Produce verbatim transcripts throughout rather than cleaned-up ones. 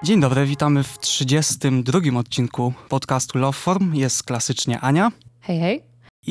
Dzień dobry, witamy w trzydziestym drugim odcinku podcastu Loveform. Jest klasycznie Ania. Hej, hej.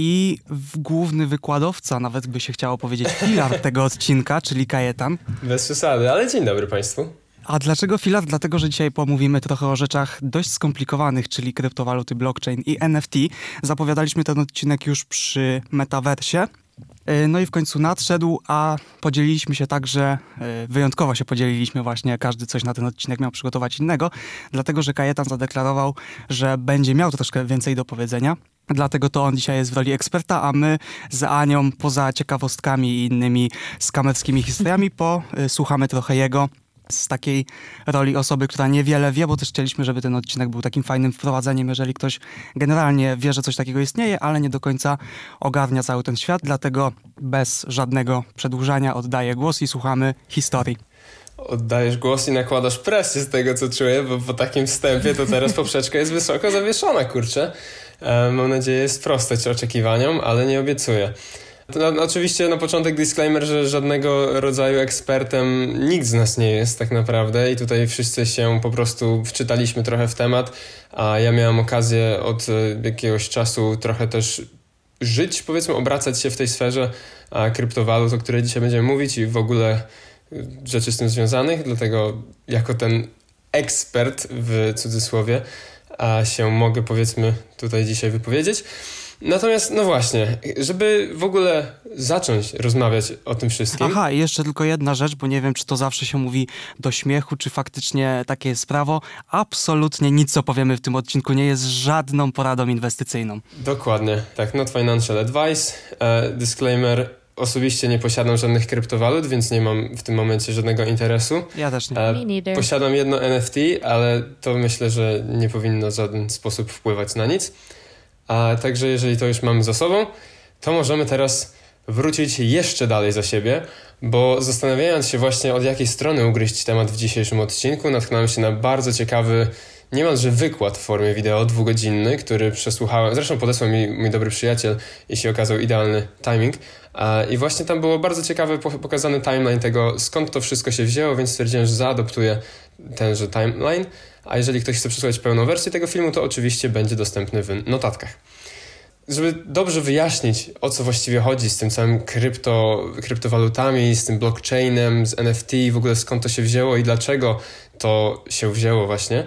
I główny wykładowca, nawet by się chciało powiedzieć filar tego odcinka, czyli Kajetan. Bez przesady, ale dzień dobry Państwu. A dlaczego filar? Dlatego, że dzisiaj pomówimy trochę o rzeczach dość skomplikowanych, czyli kryptowaluty, blockchain i N F T. Zapowiadaliśmy ten odcinek już przy metaversie. No i w końcu nadszedł, a podzieliliśmy się tak, że wyjątkowo się podzieliliśmy właśnie, każdy coś na ten odcinek miał przygotować innego, dlatego że Kajetan zadeklarował, że będzie miał troszkę więcej do powiedzenia. Dlatego to on dzisiaj jest w roli eksperta, a my z Anią poza ciekawostkami i innymi skamerskimi historiami posłuchamy trochę jego z takiej roli osoby, która niewiele wie, bo też chcieliśmy, żeby ten odcinek był takim fajnym wprowadzeniem, jeżeli ktoś generalnie wie, że coś takiego istnieje, ale nie do końca ogarnia cały ten świat, dlatego bez żadnego przedłużania oddaję głos i słuchamy historii. Oddajesz głos i nakładasz presję z tego, co czuję, bo po takim wstępie to teraz poprzeczka jest wysoko zawieszona, kurczę. E, mam nadzieję sprostać oczekiwaniom, ale nie obiecuję. To, no, oczywiście na początek disclaimer, że żadnego rodzaju ekspertem nikt z nas nie jest tak naprawdę i tutaj wszyscy się po prostu wczytaliśmy trochę w temat, a ja miałem okazję od jakiegoś czasu trochę też żyć, powiedzmy, obracać się w tej sferze a, kryptowalut, o której dzisiaj będziemy mówić i w ogóle rzeczy z tym związanych, dlatego jako ten ekspert w cudzysłowie a, się mogę, powiedzmy, tutaj dzisiaj wypowiedzieć. Natomiast, no właśnie, żeby w ogóle zacząć rozmawiać o tym wszystkim... Aha, i jeszcze tylko jedna rzecz, bo nie wiem, czy to zawsze się mówi do śmiechu, czy faktycznie takie jest prawo. Absolutnie nic, co powiemy w tym odcinku, nie jest żadną poradą inwestycyjną. Dokładnie, tak, not financial advice. E, disclaimer, osobiście nie posiadam żadnych kryptowalut, więc nie mam w tym momencie żadnego interesu. Ja też nie. E, Me neither. Posiadam jedno N F T, ale to myślę, że nie powinno w żaden sposób wpływać na nic. A także jeżeli to już mamy za sobą, to możemy teraz wrócić jeszcze dalej za siebie, bo zastanawiając się właśnie, od jakiej strony ugryźć temat w dzisiejszym odcinku, natknąłem się na bardzo ciekawy, niemalże wykład w formie wideo dwugodzinny, który przesłuchałem, zresztą podesłał mi mój dobry przyjaciel i się okazał idealny timing. I właśnie tam było bardzo ciekawy pokazany timeline tego, skąd to wszystko się wzięło, więc stwierdziłem, że zaadoptuję tenże timeline. A jeżeli ktoś chce przesłuchać pełną wersję tego filmu, to oczywiście będzie dostępny w notatkach. Żeby dobrze wyjaśnić, o co właściwie chodzi z tym całym krypto, kryptowalutami, z tym blockchainem, z N F T, w ogóle skąd to się wzięło i dlaczego to się wzięło właśnie,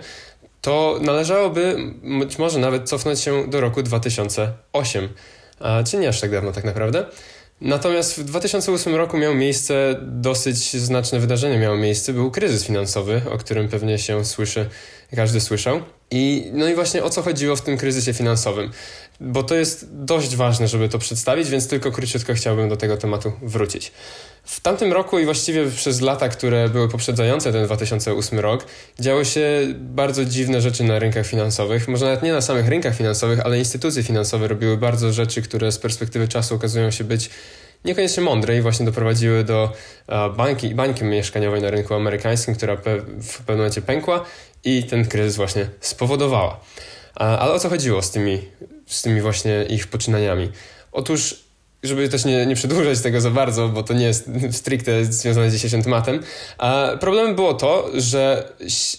to należałoby być może nawet cofnąć się do roku dwa tysiące ósmego, a, czyli nie aż tak dawno tak naprawdę. Natomiast w dwa tysiące ósmym roku miało miejsce dosyć znaczne wydarzenie, miało miejsce, był kryzys finansowy, o którym pewnie się słyszy, każdy słyszał. I no i właśnie o co chodziło w tym kryzysie finansowym, bo to jest dość ważne, żeby to przedstawić, więc tylko króciutko chciałbym do tego tematu wrócić. W tamtym roku i właściwie przez lata, które były poprzedzające ten dwa tysiące ósmy rok, działy się bardzo dziwne rzeczy na rynkach finansowych. Może nawet nie na samych rynkach finansowych, ale instytucje finansowe robiły bardzo rzeczy, które z perspektywy czasu okazują się być niekoniecznie mądre i właśnie doprowadziły do bańki, bańki mieszkaniowej na rynku amerykańskim, która pe- w pewnym momencie pękła i ten kryzys właśnie spowodowała. Ale o co chodziło z tymi, z tymi właśnie ich poczynaniami? Otóż, żeby też nie, nie przedłużać tego za bardzo, bo to nie jest stricte związane z dzisiejszym tematem, a problemem było to, że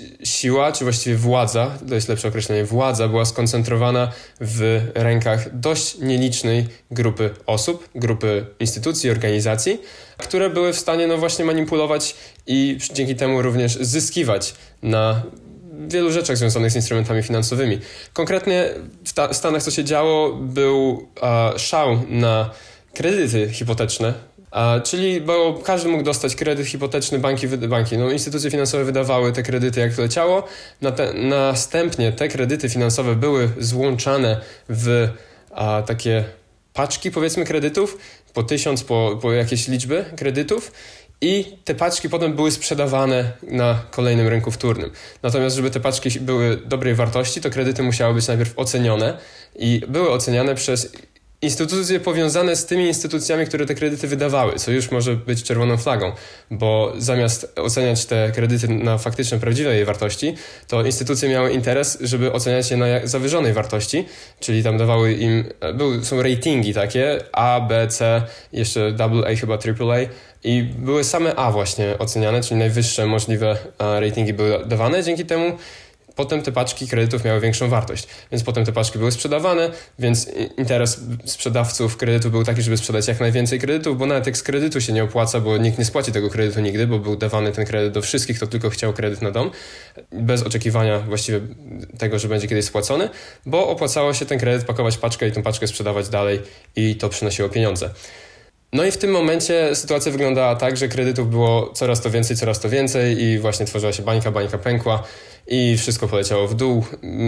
siła, czy właściwie władza, to jest lepsze określenie, władza była skoncentrowana w rękach dość nielicznej grupy osób, grupy instytucji, organizacji, które były w stanie no właśnie manipulować i dzięki temu również zyskiwać na wielu rzeczach związanych z instrumentami finansowymi. Konkretnie w ta- Stanach co się działo, był a, szał na kredyty hipoteczne, a, czyli bo każdy mógł dostać kredyt hipoteczny, banki, banki no, instytucje finansowe wydawały te kredyty jak leciało, na te, następnie te kredyty finansowe były złączane w a, takie paczki, powiedzmy, kredytów, po tysiąc, po, po jakieś liczby kredytów. I te paczki potem były sprzedawane na kolejnym rynku wtórnym. Natomiast żeby te paczki były dobrej wartości, to kredyty musiały być najpierw ocenione i były oceniane przez instytucje powiązane z tymi instytucjami, które te kredyty wydawały, co już może być czerwoną flagą, bo zamiast oceniać te kredyty na faktyczne, prawdziwe jej wartości, to instytucje miały interes, żeby oceniać je na zawyżonej wartości, czyli tam dawały im, były, są ratingi takie, A, B, C, jeszcze double A chyba triple A i były same A właśnie oceniane, czyli najwyższe możliwe ratingi były dawane, dzięki temu potem te paczki kredytów miały większą wartość, więc potem te paczki były sprzedawane, więc interes sprzedawców kredytu był taki, żeby sprzedać jak najwięcej kredytów, bo nawet jak z kredytu się nie opłaca, bo nikt nie spłaci tego kredytu nigdy, bo był dawany ten kredyt do wszystkich, kto tylko chciał kredyt na dom, bez oczekiwania właściwie tego, że będzie kiedyś spłacony, bo opłacało się ten kredyt pakować w paczkę i tę paczkę sprzedawać dalej i to przynosiło pieniądze. No i w tym momencie sytuacja wyglądała tak, że kredytów było coraz to więcej, coraz to więcej i właśnie tworzyła się bańka, bańka pękła i wszystko poleciało w dół.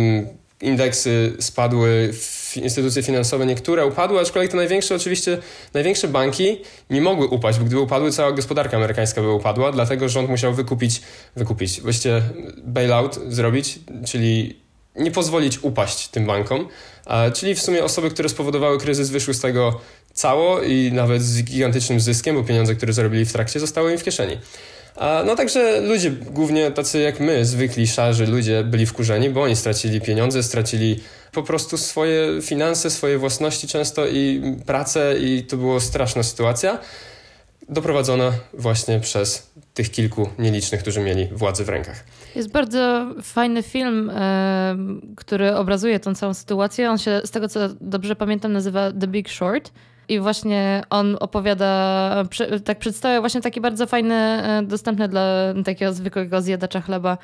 Indeksy spadły, instytucje finansowe niektóre upadły, aczkolwiek te największe oczywiście, największe banki nie mogły upaść, bo gdyby upadły, cała gospodarka amerykańska by upadła, dlatego rząd musiał wykupić, wykupić, właściwie bailout zrobić, czyli nie pozwolić upaść tym bankom, czyli w sumie osoby, które spowodowały kryzys, wyszły z tego cało i nawet z gigantycznym zyskiem, bo pieniądze, które zarobili w trakcie, zostały im w kieszeni. No także ludzie, głównie tacy jak my, zwykli, szarzy ludzie, byli wkurzeni, bo oni stracili pieniądze, stracili po prostu swoje finanse, swoje własności często i pracę i to była straszna sytuacja, doprowadzona właśnie przez tych kilku nielicznych, którzy mieli władzę w rękach. Jest bardzo fajny film, e, który obrazuje tą całą sytuację. On się, z tego co dobrze pamiętam, nazywa The Big Short. I właśnie on opowiada, tak przedstawia właśnie taki bardzo fajny, dostępny dla takiego zwykłego zjadacza chleba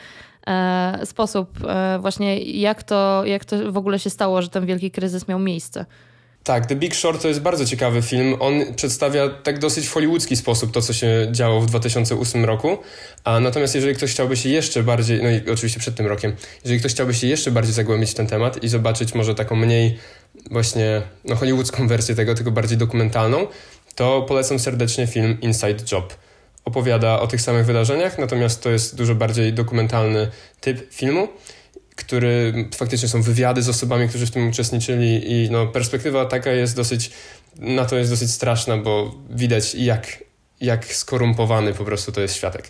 e, sposób e, właśnie jak to, jak to w ogóle się stało, że ten wielki kryzys miał miejsce. Tak, The Big Short to jest bardzo ciekawy film. On przedstawia tak dosyć w hollywoodzki sposób to, co się działo w dwa tysiące ósmym roku. A natomiast jeżeli ktoś chciałby się jeszcze bardziej, no i oczywiście przed tym rokiem, jeżeli ktoś chciałby się jeszcze bardziej zagłębić w ten temat i zobaczyć może taką mniej właśnie no, hollywoodzką wersję tego, tylko bardziej dokumentalną, to polecam serdecznie film Inside Job. Opowiada o tych samych wydarzeniach, natomiast to jest dużo bardziej dokumentalny typ filmu, który faktycznie są wywiady z osobami, którzy w tym uczestniczyli i no, perspektywa taka jest dosyć, na to jest dosyć straszna, bo widać jak, jak skorumpowany po prostu to jest światek.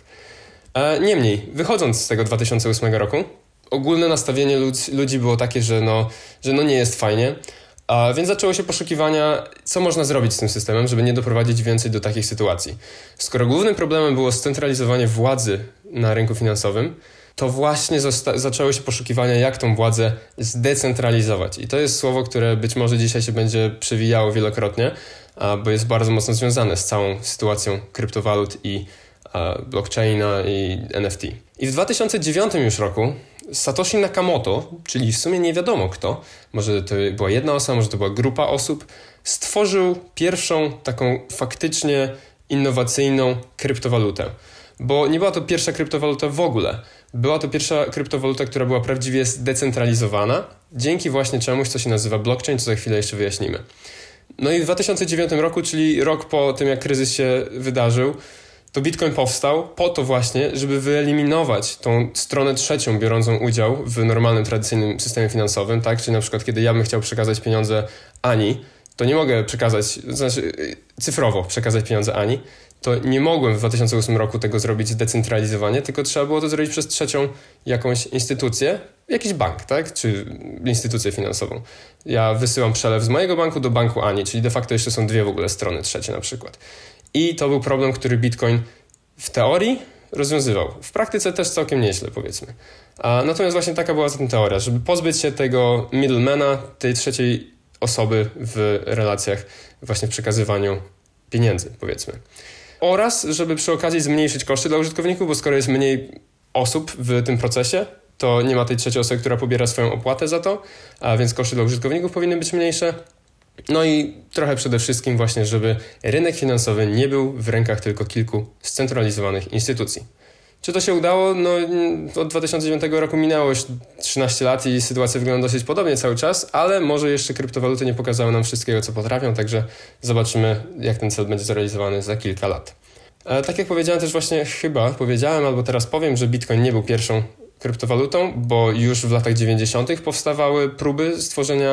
E, niemniej, wychodząc z tego dwa tysiące ósmego roku, ogólne nastawienie ludz, ludzi było takie, że no, że no nie jest fajnie, a więc zaczęło się poszukiwania, co można zrobić z tym systemem, żeby nie doprowadzić więcej do takich sytuacji. Skoro głównym problemem było scentralizowanie władzy na rynku finansowym, to właśnie zosta- zaczęły się poszukiwania, jak tą władzę zdecentralizować. I to jest słowo, które być może dzisiaj się będzie przewijało wielokrotnie, a, bo jest bardzo mocno związane z całą sytuacją kryptowalut i a, blockchaina i N F T. I w dwa tysiące dziewiątym już roku Satoshi Nakamoto, czyli w sumie nie wiadomo kto, może to była jedna osoba, może to była grupa osób, stworzył pierwszą taką faktycznie innowacyjną kryptowalutę. Bo nie była to pierwsza kryptowaluta w ogóle. Była to pierwsza kryptowaluta, która była prawdziwie zdecentralizowana, dzięki właśnie czemuś, co się nazywa blockchain, co za chwilę jeszcze wyjaśnimy. No i w dwa tysiące dziewiątym roku, czyli rok po tym, jak kryzys się wydarzył, to Bitcoin powstał po to właśnie, żeby wyeliminować tą stronę trzecią biorącą udział w normalnym, tradycyjnym systemie finansowym, tak? Czyli na przykład, kiedy ja bym chciał przekazać pieniądze Ani, to nie mogę przekazać, znaczy cyfrowo przekazać pieniądze Ani, to nie mogłem w dwa tysiące ósmym roku tego zrobić zdecentralizowanie, tylko trzeba było to zrobić przez trzecią jakąś instytucję, jakiś bank, tak? Czy instytucję finansową. Ja wysyłam przelew z mojego banku do banku Ani, czyli de facto jeszcze są dwie w ogóle strony trzecie na przykład. I to był problem, który Bitcoin w teorii rozwiązywał. W praktyce też całkiem nieźle, powiedzmy. A natomiast właśnie taka była zatem teoria, żeby pozbyć się tego middlemana, tej trzeciej osoby w relacjach, właśnie w przekazywaniu pieniędzy, powiedzmy. Oraz, żeby przy okazji zmniejszyć koszty dla użytkowników, bo skoro jest mniej osób w tym procesie, to nie ma tej trzeciej osoby, która pobiera swoją opłatę za to, a więc koszty dla użytkowników powinny być mniejsze. No i trochę przede wszystkim właśnie, żeby rynek finansowy nie był w rękach tylko kilku scentralizowanych instytucji. Czy to się udało? No od dwa tysiące dziewiątego roku minęło już trzynaście lat i sytuacja wygląda dosyć podobnie cały czas, ale może jeszcze kryptowaluty nie pokazały nam wszystkiego, co potrafią, także zobaczymy, jak ten cel będzie zrealizowany za kilka lat. E, tak jak powiedziałem też właśnie, chyba powiedziałem, albo teraz powiem, że Bitcoin nie był pierwszą kryptowalutą, bo już w latach dziewięćdziesiątych powstawały próby stworzenia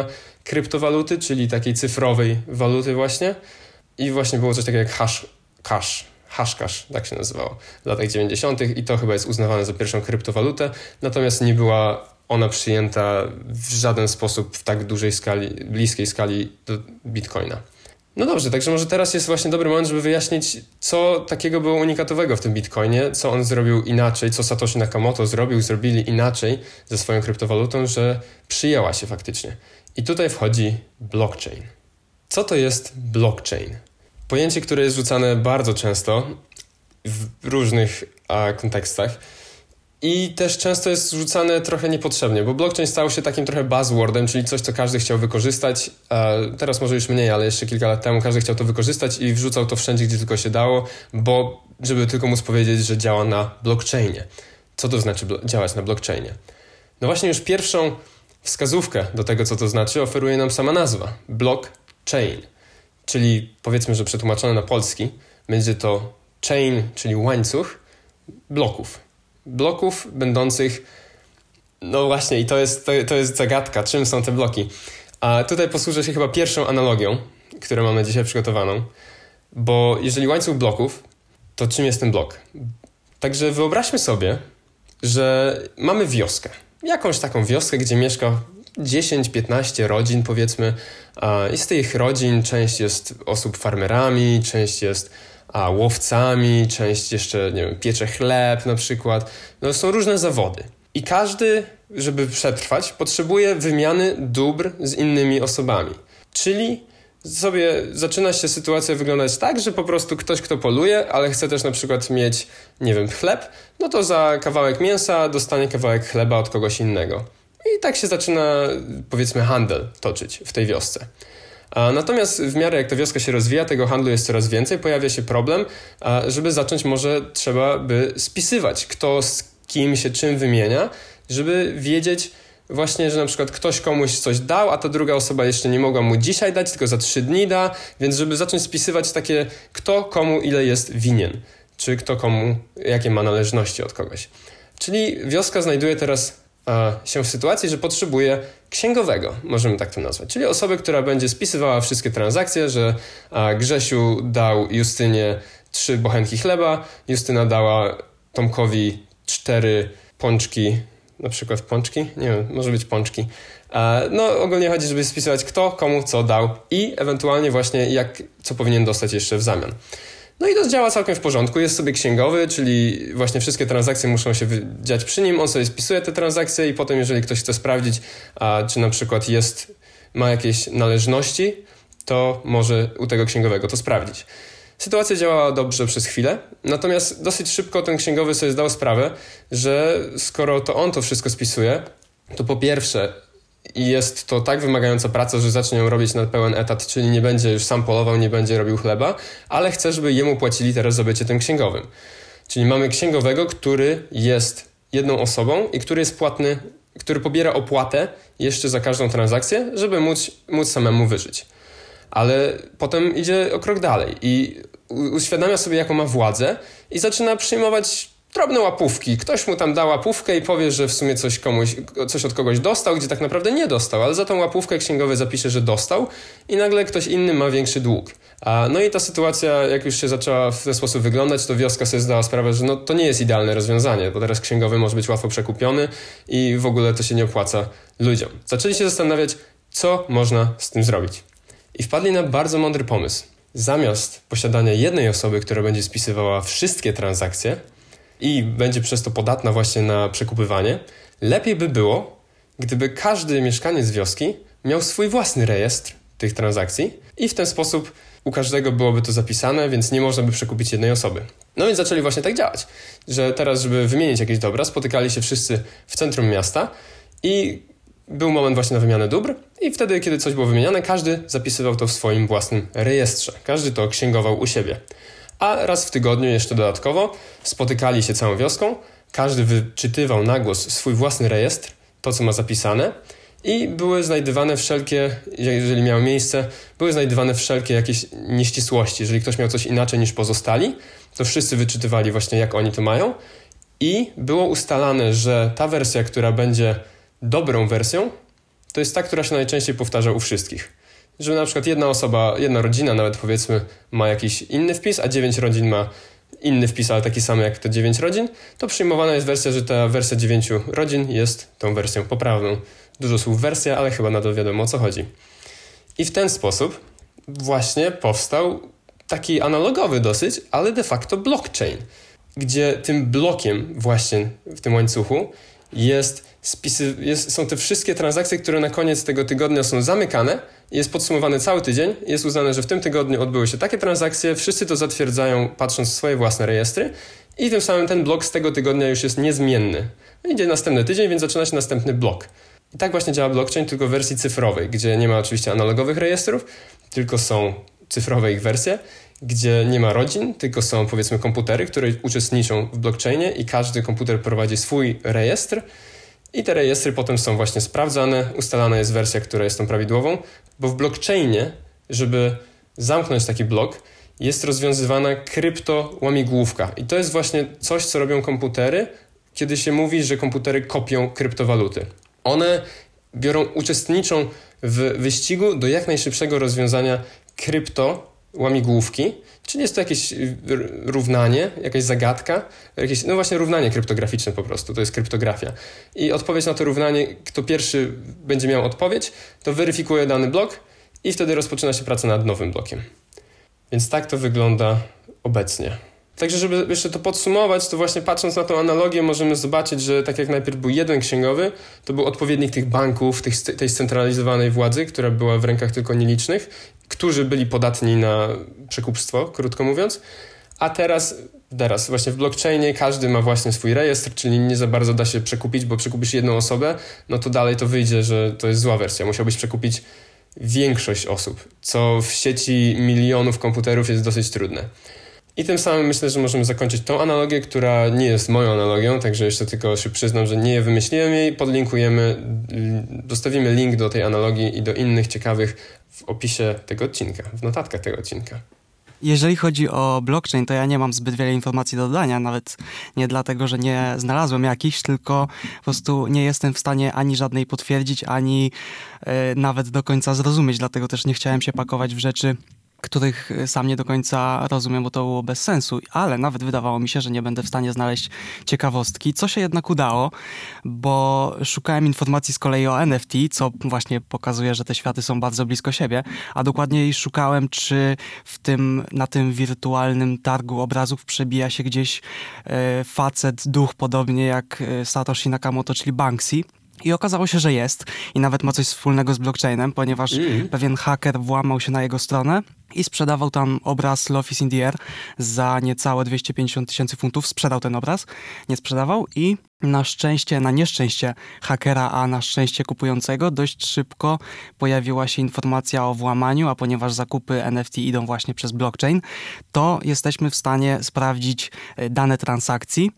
kryptowaluty, czyli takiej cyfrowej waluty właśnie. I właśnie było coś takiego jak hash, cash, hashcash, tak się nazywało w latach dziewięćdziesiątych i to chyba jest uznawane za pierwszą kryptowalutę, natomiast nie była ona przyjęta w żaden sposób w tak dużej skali, bliskiej skali do Bitcoina. No dobrze, także może teraz jest właśnie dobry moment, żeby wyjaśnić, co takiego było unikatowego w tym Bitcoinie, co on zrobił inaczej, co Satoshi Nakamoto zrobił, zrobili inaczej ze swoją kryptowalutą, że przyjęła się faktycznie. I tutaj wchodzi blockchain. Co to jest blockchain? Pojęcie, które jest rzucane bardzo często w różnych a, kontekstach i też często jest rzucane trochę niepotrzebnie, bo blockchain stał się takim trochę buzzwordem, czyli coś, co każdy chciał wykorzystać. A teraz może już mniej, ale jeszcze kilka lat temu każdy chciał to wykorzystać i wrzucał to wszędzie, gdzie tylko się dało, bo żeby tylko móc powiedzieć, że działa na blockchainie. Co to znaczy blo- działać na blockchainie? No właśnie już pierwszą wskazówkę do tego, co to znaczy, oferuje nam sama nazwa. Blockchain. Czyli powiedzmy, że przetłumaczone na polski będzie to chain, czyli łańcuch bloków. Bloków będących, no właśnie i to jest, to, to jest zagadka, czym są te bloki. A tutaj posłużę się chyba pierwszą analogią, którą mamy dzisiaj przygotowaną, bo jeżeli łańcuch bloków, to czym jest ten blok? Także wyobraźmy sobie, że mamy wioskę. Jakąś taką wioskę, gdzie mieszka dziesięć piętnaście rodzin powiedzmy i z tych rodzin część jest osób farmerami, część jest a, łowcami, część jeszcze, nie wiem, piecze chleb na przykład. No, są różne zawody. I każdy, żeby przetrwać, potrzebuje wymiany dóbr z innymi osobami. Czyli sobie zaczyna się sytuacja wyglądać tak, że po prostu ktoś, kto poluje, ale chce też na przykład mieć, nie wiem, chleb, no to za kawałek mięsa dostanie kawałek chleba od kogoś innego. I tak się zaczyna, powiedzmy, handel toczyć w tej wiosce. A natomiast w miarę jak ta wioska się rozwija, tego handlu jest coraz więcej, pojawia się problem, a żeby zacząć może trzeba by spisywać, kto z kim się czym wymienia, żeby wiedzieć właśnie, że na przykład ktoś komuś coś dał, a ta druga osoba jeszcze nie mogła mu dzisiaj dać, tylko za trzy dni da, więc żeby zacząć spisywać takie, kto komu ile jest winien, czy kto komu jakie ma należności od kogoś. Czyli wioska znajduje teraz się w sytuacji, że potrzebuje księgowego, możemy tak to nazwać. Czyli osoby, która będzie spisywała wszystkie transakcje, że Grzesiu dał Justynie trzy bochenki chleba, Justyna dała Tomkowi cztery pączki, na przykład pączki? Nie wiem, może być pączki. No ogólnie chodzi, żeby spisywać kto komu co dał i ewentualnie właśnie jak, co powinien dostać jeszcze w zamian. No i to działa całkiem w porządku. Jest sobie księgowy, czyli właśnie wszystkie transakcje muszą się dziać przy nim. On sobie spisuje te transakcje i potem, jeżeli ktoś chce sprawdzić, a, czy na przykład jest, ma jakieś należności, to może u tego księgowego to sprawdzić. Sytuacja działała dobrze przez chwilę, natomiast dosyć szybko ten księgowy sobie zdał sprawę, że skoro to on to wszystko spisuje, to po pierwsze jest to tak wymagająca praca, że zacznie ją robić na pełen etat, czyli nie będzie już sam polował, nie będzie robił chleba, ale chce, żeby jemu płacili teraz za bycie tym księgowym. Czyli mamy księgowego, który jest jedną osobą i który jest płatny, który pobiera opłatę jeszcze za każdą transakcję, żeby móc, móc samemu wyżyć. Ale potem idzie o krok dalej i uświadamia sobie, jaką ma władzę i zaczyna przyjmować drobne łapówki. Ktoś mu tam da łapówkę i powie, że w sumie coś komuś, coś od kogoś dostał, gdzie tak naprawdę nie dostał, ale za tą łapówkę księgowy zapisze, że dostał i nagle ktoś inny ma większy dług. A, no i ta sytuacja, jak już się zaczęła w ten sposób wyglądać, to wioska sobie zdała sprawę, że no, to nie jest idealne rozwiązanie, bo teraz księgowy może być łatwo przekupiony i w ogóle to się nie opłaca ludziom. Zaczęli się zastanawiać, co można z tym zrobić. I wpadli na bardzo mądry pomysł. Zamiast posiadania jednej osoby, która będzie spisywała wszystkie transakcje, i będzie przez to podatna właśnie na przekupywanie, lepiej by było, gdyby każdy mieszkaniec wioski miał swój własny rejestr tych transakcji i w ten sposób u każdego byłoby to zapisane, więc nie można by przekupić jednej osoby. No więc zaczęli właśnie tak działać, że teraz, żeby wymienić jakieś dobra, spotykali się wszyscy w centrum miasta i był moment właśnie na wymianę dóbr i wtedy, kiedy coś było wymieniane, każdy zapisywał to w swoim własnym rejestrze. Każdy to księgował u siebie. A raz w tygodniu jeszcze dodatkowo spotykali się całą wioską, każdy wyczytywał na głos swój własny rejestr, to co ma zapisane i były znajdywane wszelkie, jeżeli miało miejsce, były znajdywane wszelkie jakieś nieścisłości. Jeżeli ktoś miał coś inaczej niż pozostali, to wszyscy wyczytywali właśnie jak oni to mają i było ustalane, że ta wersja, która będzie dobrą wersją, to jest ta, która się najczęściej powtarza u wszystkich. Że na przykład jedna osoba, jedna rodzina nawet powiedzmy ma jakiś inny wpis, a dziewięć rodzin ma inny wpis, ale taki sam jak te dziewięć rodzin, to przyjmowana jest wersja, że ta wersja dziewięciu rodzin jest tą wersją poprawną. Dużo słów wersja, ale chyba nadal wiadomo o co chodzi. I w ten sposób właśnie powstał taki analogowy dosyć, ale de facto blockchain, gdzie tym blokiem właśnie w tym łańcuchu jest spisy, jest, są te wszystkie transakcje, które na koniec tego tygodnia są zamykane, jest podsumowany cały tydzień, jest uznane, że w tym tygodniu odbyły się takie transakcje, wszyscy to zatwierdzają patrząc w swoje własne rejestry i tym samym ten blok z tego tygodnia już jest niezmienny. Idzie następny tydzień, więc zaczyna się następny blok. I tak właśnie działa blockchain, tylko w wersji cyfrowej, gdzie nie ma oczywiście analogowych rejestrów, tylko są cyfrowe ich wersje, gdzie nie ma rodzin, tylko są powiedzmy komputery, które uczestniczą w blockchainie i każdy komputer prowadzi swój rejestr i te rejestry potem są właśnie sprawdzane, ustalana jest wersja, która jest tą prawidłową, bo w blockchainie, żeby zamknąć taki blok, jest rozwiązywana kryptołamigłówka i to jest właśnie coś, co robią komputery, kiedy się mówi, że komputery kopią kryptowaluty. One biorą, uczestniczą w wyścigu do jak najszybszego rozwiązania kryptołamigłówki, czyli jest to jakieś równanie, jakaś zagadka, jakieś, no właśnie równanie kryptograficzne po prostu, to jest kryptografia. I odpowiedź na to równanie, kto pierwszy będzie miał odpowiedź, to weryfikuje dany blok i wtedy rozpoczyna się praca nad nowym blokiem. Więc tak to wygląda obecnie. Także żeby jeszcze to podsumować, to właśnie patrząc na tą analogię możemy zobaczyć, że tak jak najpierw był jeden księgowy, to był odpowiednik tych banków, tych, tej scentralizowanej władzy, która była w rękach tylko nielicznych, którzy byli podatni na przekupstwo, krótko mówiąc. A teraz, teraz właśnie w blockchainie każdy ma właśnie swój rejestr, czyli nie za bardzo da się przekupić, bo przekupisz jedną osobę, no to dalej to wyjdzie, że to jest zła wersja. Musiałbyś przekupić większość osób, co w sieci milionów komputerów jest dosyć trudne. I tym samym myślę, że możemy zakończyć tą analogię, która nie jest moją analogią, także jeszcze tylko się przyznam, że nie wymyśliłem jej. Podlinkujemy, dostawimy link do tej analogii i do innych ciekawych w opisie tego odcinka, w notatkach tego odcinka. Jeżeli chodzi o blockchain, to ja nie mam zbyt wiele informacji do dodania, nawet nie dlatego, że nie znalazłem jakichś, tylko po prostu nie jestem w stanie ani żadnej potwierdzić, ani e, nawet do końca zrozumieć, dlatego też nie chciałem się pakować w rzeczy, których sam nie do końca rozumiem, bo to było bez sensu, ale nawet wydawało mi się, że nie będę w stanie znaleźć ciekawostki, co się jednak udało, bo szukałem informacji z kolei o N F T, co właśnie pokazuje, że te światy są bardzo blisko siebie, a dokładniej szukałem, czy w tym, na tym wirtualnym targu obrazów przebija się gdzieś e, facet, duch, podobnie jak Satoshi Nakamoto, czyli Banksy. I okazało się, że jest i nawet ma coś wspólnego z blockchainem, ponieważ mm. pewien haker włamał się na jego stronę i sprzedawał tam obraz Love is in the Air za niecałe dwieście pięćdziesiąt tysięcy funtów. Sprzedał ten obraz, nie sprzedawał i na szczęście, na nieszczęście hakera, a na szczęście kupującego dość szybko pojawiła się informacja o włamaniu, a ponieważ zakupy N F T idą właśnie przez blockchain, to jesteśmy w stanie sprawdzić dane transakcji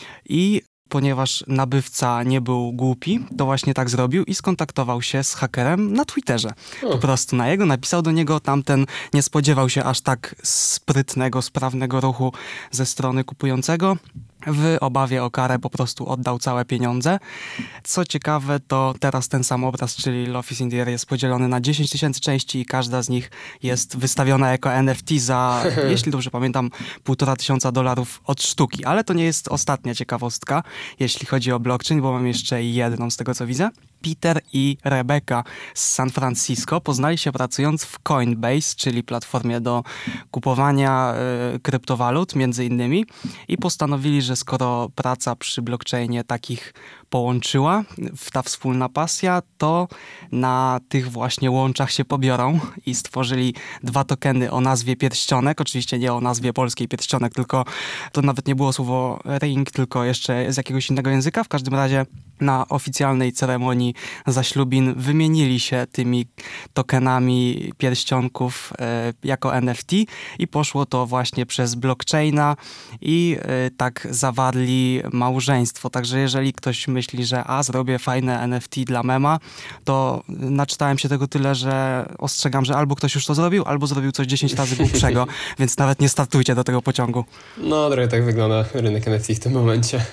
i ponieważ nabywca nie był głupi, to właśnie tak zrobił i skontaktował się z hakerem na Twitterze. Po prostu na jego, napisał do niego, tamten nie spodziewał się aż tak sprytnego, sprawnego ruchu ze strony kupującego. W obawie o karę po prostu oddał całe pieniądze. Co ciekawe, to teraz ten sam obraz, czyli Love is in the Air, jest podzielony na dziesięć tysięcy części i każda z nich jest wystawiona jako N F T za, jeśli dobrze pamiętam, półtora tysiąca dolarów od sztuki. Ale to nie jest ostatnia ciekawostka, jeśli chodzi o blockchain, bo mam jeszcze jedną z tego, co widzę. Peter i Rebecca z San Francisco poznali się pracując w Coinbase, czyli platformie do kupowania y, kryptowalut między innymi i postanowili, że skoro praca przy blockchainie takich połączyła, ta wspólna pasja, to na tych właśnie łączach się pobiorą i stworzyli dwa tokeny o nazwie Pierścionek, oczywiście nie o nazwie polskiej Pierścionek, tylko to nawet nie było słowo ring, tylko jeszcze z jakiegoś innego języka. W każdym razie na oficjalnej ceremonii zaślubin wymienili się tymi tokenami pierścionków e, jako N F T i poszło to właśnie przez blockchaina i e, tak zawarli małżeństwo. Także jeżeli ktoś myśli, że a, zrobię fajne N F T dla mema, to naczytałem się tego tyle, że ostrzegam, że albo ktoś już to zrobił, albo zrobił coś dziesięć razy głupszego, więc nawet nie startujcie do tego pociągu. No, trochę tak wygląda rynek N F T w tym momencie.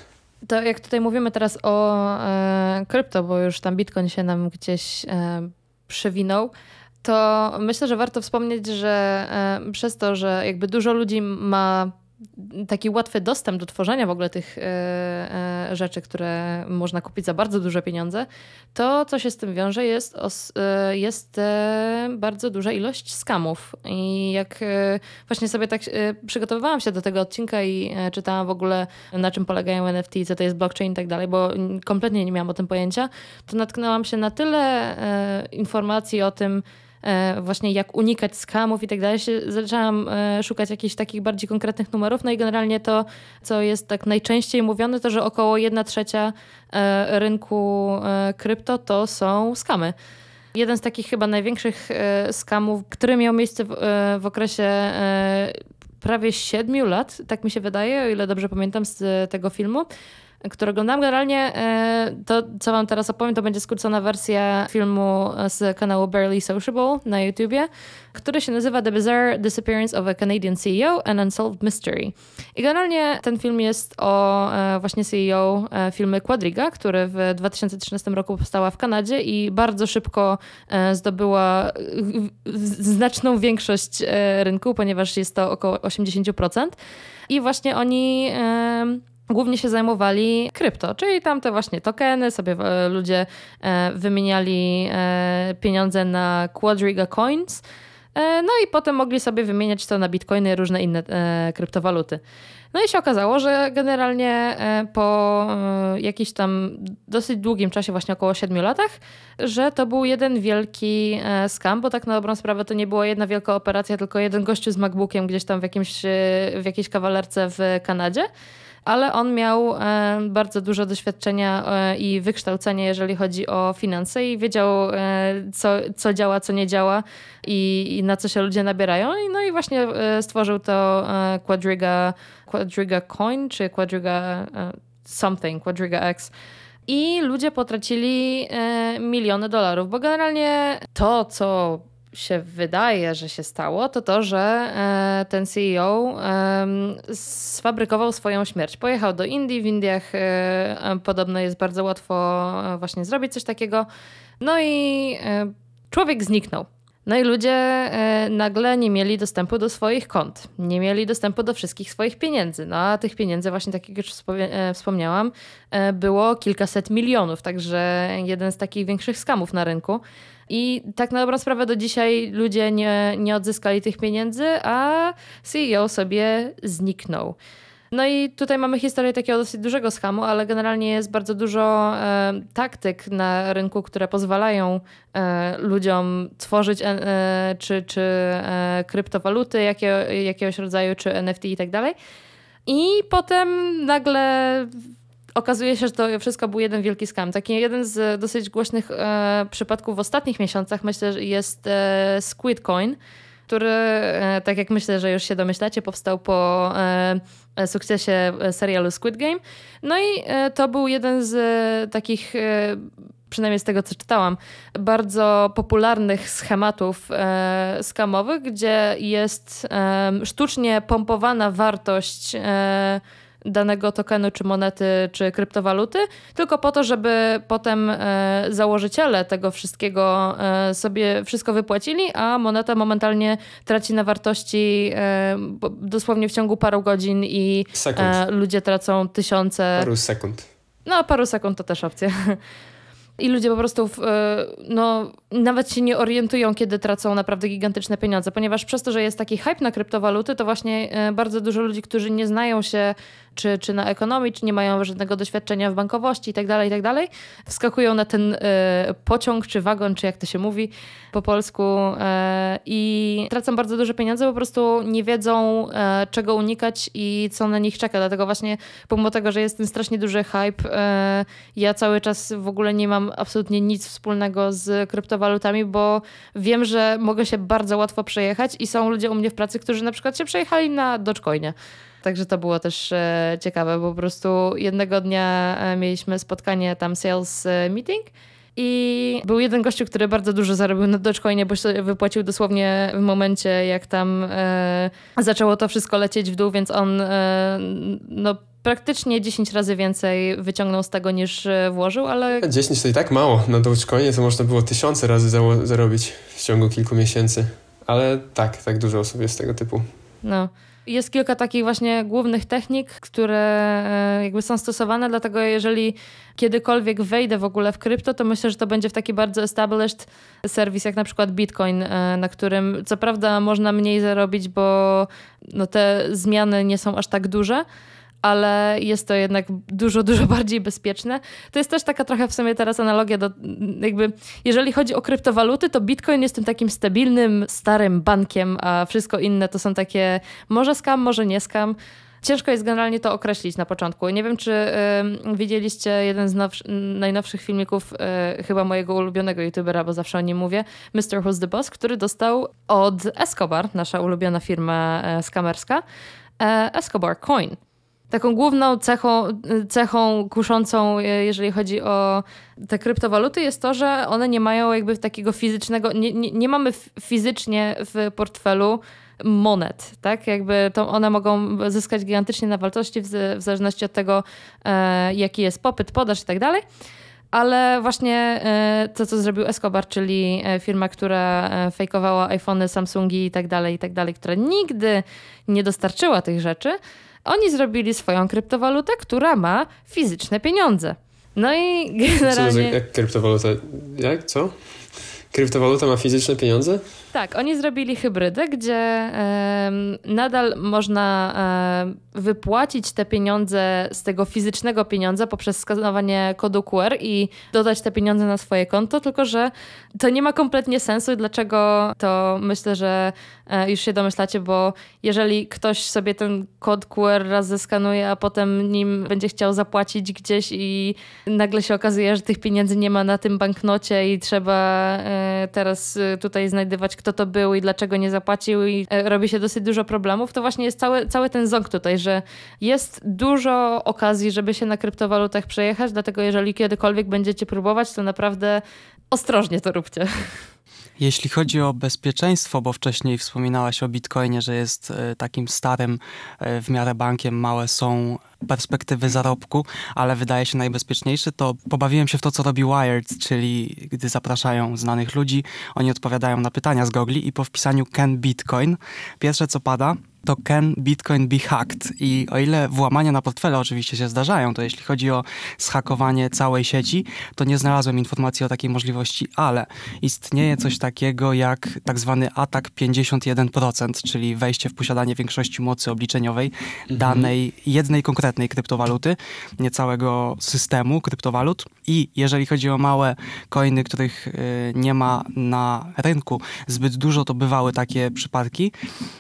To jak tutaj mówimy teraz o e, krypto, bo już tam Bitcoin się nam gdzieś e, przewinął, to myślę, że warto wspomnieć, że e, przez to, że jakby dużo ludzi ma taki łatwy dostęp do tworzenia w ogóle tych e, e, rzeczy, które można kupić za bardzo duże pieniądze, to co się z tym wiąże jest, os, e, jest e, bardzo duża ilość skamów. I jak e, właśnie sobie tak e, przygotowywałam się do tego odcinka i e, czytałam w ogóle, na czym polegają N F T, co to jest blockchain i tak dalej, bo kompletnie nie miałam o tym pojęcia, to natknęłam się na tyle e, informacji o tym, właśnie jak unikać skamów i tak dalej, zaczęłam szukać jakichś takich bardziej konkretnych numerów. No i generalnie to, co jest tak najczęściej mówione, to, że około jedna trzecia rynku krypto to są skamy. Jeden z takich chyba największych skamów, który miał miejsce w, w okresie prawie siedmiu lat, tak mi się wydaje, o ile dobrze pamiętam z tego filmu, który oglądam. Generalnie to, co wam teraz opowiem, to będzie skrócona wersja filmu z kanału Barely Sociable na YouTubie, który się nazywa The Bizarre Disappearance of a Canadian C E O, An Unsolved Mystery. I generalnie ten film jest o właśnie C E O firmy Quadriga, który w dwa tysiące trzynastym roku powstała w Kanadzie i bardzo szybko zdobyła znaczną większość rynku, ponieważ jest to około osiemdziesiąt procent. I właśnie oni głównie się zajmowali krypto, czyli tam te właśnie tokeny, sobie ludzie wymieniali pieniądze na Quadriga Coins, no i potem mogli sobie wymieniać to na bitcoiny i różne inne kryptowaluty. No i się okazało, że generalnie po jakimś tam dosyć długim czasie, właśnie około siedmiu latach, że to był jeden wielki scam, bo tak na dobrą sprawę to nie była jedna wielka operacja, tylko jeden gościu z MacBookiem gdzieś tam w, jakimś, w jakiejś kawalerce w Kanadzie. Ale on miał e, bardzo dużo doświadczenia e, i wykształcenia, jeżeli chodzi o finanse i wiedział, e, co, co działa, co nie działa i, i na co się ludzie nabierają. I, no i właśnie e, stworzył to e, Quadriga, Quadriga Coin, czy Quadriga e, something, Quadriga X. I ludzie potracili e, miliony dolarów, bo generalnie to, co się wydaje, że się stało, to to, że ten C E O sfabrykował swoją śmierć. Pojechał do Indii, w Indiach podobno jest bardzo łatwo właśnie zrobić coś takiego. No i człowiek zniknął. No i ludzie nagle nie mieli dostępu do swoich kont. Nie mieli dostępu do wszystkich swoich pieniędzy. No a tych pieniędzy, właśnie tak jak już wspomniałam, było kilkaset milionów. Także jeden z takich większych skamów na rynku. I tak na dobrą sprawę do dzisiaj ludzie nie, nie odzyskali tych pieniędzy, a C E O sobie zniknął. No i tutaj mamy historię takiego dosyć dużego skamu, ale generalnie jest bardzo dużo e, taktyk na rynku, które pozwalają e, ludziom tworzyć e, czy, czy e, kryptowaluty jakie, jakiegoś rodzaju, czy N F T i tak dalej. I potem nagle okazuje się, że to wszystko był jeden wielki scam. Taki jeden z dosyć głośnych e, przypadków w ostatnich miesiącach, myślę, że jest e, Squid Coin, który, e, tak jak myślę, że już się domyślacie, powstał po e, sukcesie serialu Squid Game. No i e, to był jeden z e, takich, e, przynajmniej z tego, co czytałam, bardzo popularnych schematów e, skamowych, gdzie jest e, sztucznie pompowana wartość e, danego tokenu, czy monety, czy kryptowaluty, tylko po to, żeby potem e, założyciele tego wszystkiego e, sobie wszystko wypłacili, a moneta momentalnie traci na wartości e, dosłownie w ciągu paru godzin i e, ludzie tracą tysiące... Paru sekund. No, paru sekund to też opcja. I ludzie po prostu no, nawet się nie orientują, kiedy tracą naprawdę gigantyczne pieniądze, ponieważ przez to, że jest taki hype na kryptowaluty, to właśnie bardzo dużo ludzi, którzy nie znają się czy, czy na ekonomii, czy nie mają żadnego doświadczenia w bankowości i tak dalej, i tak dalej, wskakują na ten y, pociąg, czy wagon, czy jak to się mówi po polsku y, i tracą bardzo duże pieniądze, po prostu nie wiedzą y, czego unikać i co na nich czeka. Dlatego właśnie pomimo tego, że jest ten strasznie duży hype, y, ja cały czas w ogóle nie mam absolutnie nic wspólnego z kryptowalutami, bo wiem, że mogę się bardzo łatwo przejechać i są ludzie u mnie w pracy, którzy na przykład się przejechali na Dogecoinie. Także to było też e, ciekawe, bo po prostu jednego dnia e, mieliśmy spotkanie tam sales e, meeting i był jeden gościu, który bardzo dużo zarobił na Dogecoinie, bo się wypłacił dosłownie w momencie, jak tam e, zaczęło to wszystko lecieć w dół, więc on e, no praktycznie dziesięć razy więcej wyciągnął z tego niż włożył, ale... dziesięć to i tak mało. Na Dogecoinie to można było tysiące razy za- zarobić w ciągu kilku miesięcy. Ale tak, tak dużo osób jest tego typu. No. Jest kilka takich właśnie głównych technik, które jakby są stosowane, dlatego jeżeli kiedykolwiek wejdę w ogóle w krypto, to myślę, że to będzie w taki bardzo established serwis, jak na przykład Bitcoin, na którym co prawda można mniej zarobić, bo no te zmiany nie są aż tak duże, ale jest to jednak dużo, dużo bardziej bezpieczne. To jest też taka trochę w sumie teraz analogia do jakby, jeżeli chodzi o kryptowaluty, to Bitcoin jest tym takim stabilnym, starym bankiem, a wszystko inne to są takie może scam, może nie scam. Ciężko jest generalnie to określić na początku. Nie wiem, czy y, widzieliście jeden z nowsz- najnowszych filmików y, chyba mojego ulubionego youtubera, bo zawsze o nim mówię, mister Who's the Boss, który dostał od Escobar, nasza ulubiona firma y, skamerska, y, Escobar Coin. Taką główną cechą, cechą kuszącą, jeżeli chodzi o te kryptowaluty, jest to, że one nie mają jakby takiego fizycznego, nie, nie, nie mamy fizycznie w portfelu monet, tak? Jakby to one mogą zyskać gigantycznie na wartości w, w zależności od tego, e, jaki jest popyt, podaż i tak dalej. Ale właśnie to, co zrobił Escobar, czyli firma, która fejkowała iPhony, Samsungi i tak dalej, i tak dalej, która nigdy nie dostarczyła tych rzeczy, oni zrobili swoją kryptowalutę, która ma fizyczne pieniądze. No i generalnie... Co, jak kryptowaluta? Jak? Co? Kryptowaluta ma fizyczne pieniądze? Tak, oni zrobili hybrydę, gdzie e, nadal można e, wypłacić te pieniądze z tego fizycznego pieniądza poprzez skanowanie kodu Q R i dodać te pieniądze na swoje konto, tylko że to nie ma kompletnie sensu. Dlaczego? To myślę, że e, już się domyślacie, bo jeżeli ktoś sobie ten kod Q R raz zeskanuje, a potem nim będzie chciał zapłacić gdzieś i nagle się okazuje, że tych pieniędzy nie ma na tym banknocie i trzeba e, teraz tutaj znajdywać, kto to był i dlaczego nie zapłacił i robi się dosyć dużo problemów, to właśnie jest cały, cały ten ząg tutaj, że jest dużo okazji, żeby się na kryptowalutach przejechać, dlatego jeżeli kiedykolwiek będziecie próbować, to naprawdę ostrożnie to róbcie. Jeśli chodzi o bezpieczeństwo, bo wcześniej wspominałaś o Bitcoinie, że jest takim starym w miarę bankiem, małe są perspektywy zarobku, ale wydaje się najbezpieczniejszy, to pobawiłem się w to, co robi Wired, czyli gdy zapraszają znanych ludzi, oni odpowiadają na pytania z gogli i po wpisaniu can Bitcoin, pierwsze co pada, to can Bitcoin be hacked? I o ile włamania na portfele oczywiście się zdarzają, to jeśli chodzi o zhakowanie całej sieci, to nie znalazłem informacji o takiej możliwości, ale istnieje coś takiego jak tak zwany atak pięćdziesiąt jeden procent, czyli wejście w posiadanie większości mocy obliczeniowej mhm. danej jednej konkretnej kryptowaluty, nie całego systemu kryptowalut. I jeżeli chodzi o małe coiny, których y, nie ma na rynku zbyt dużo, to bywały takie przypadki,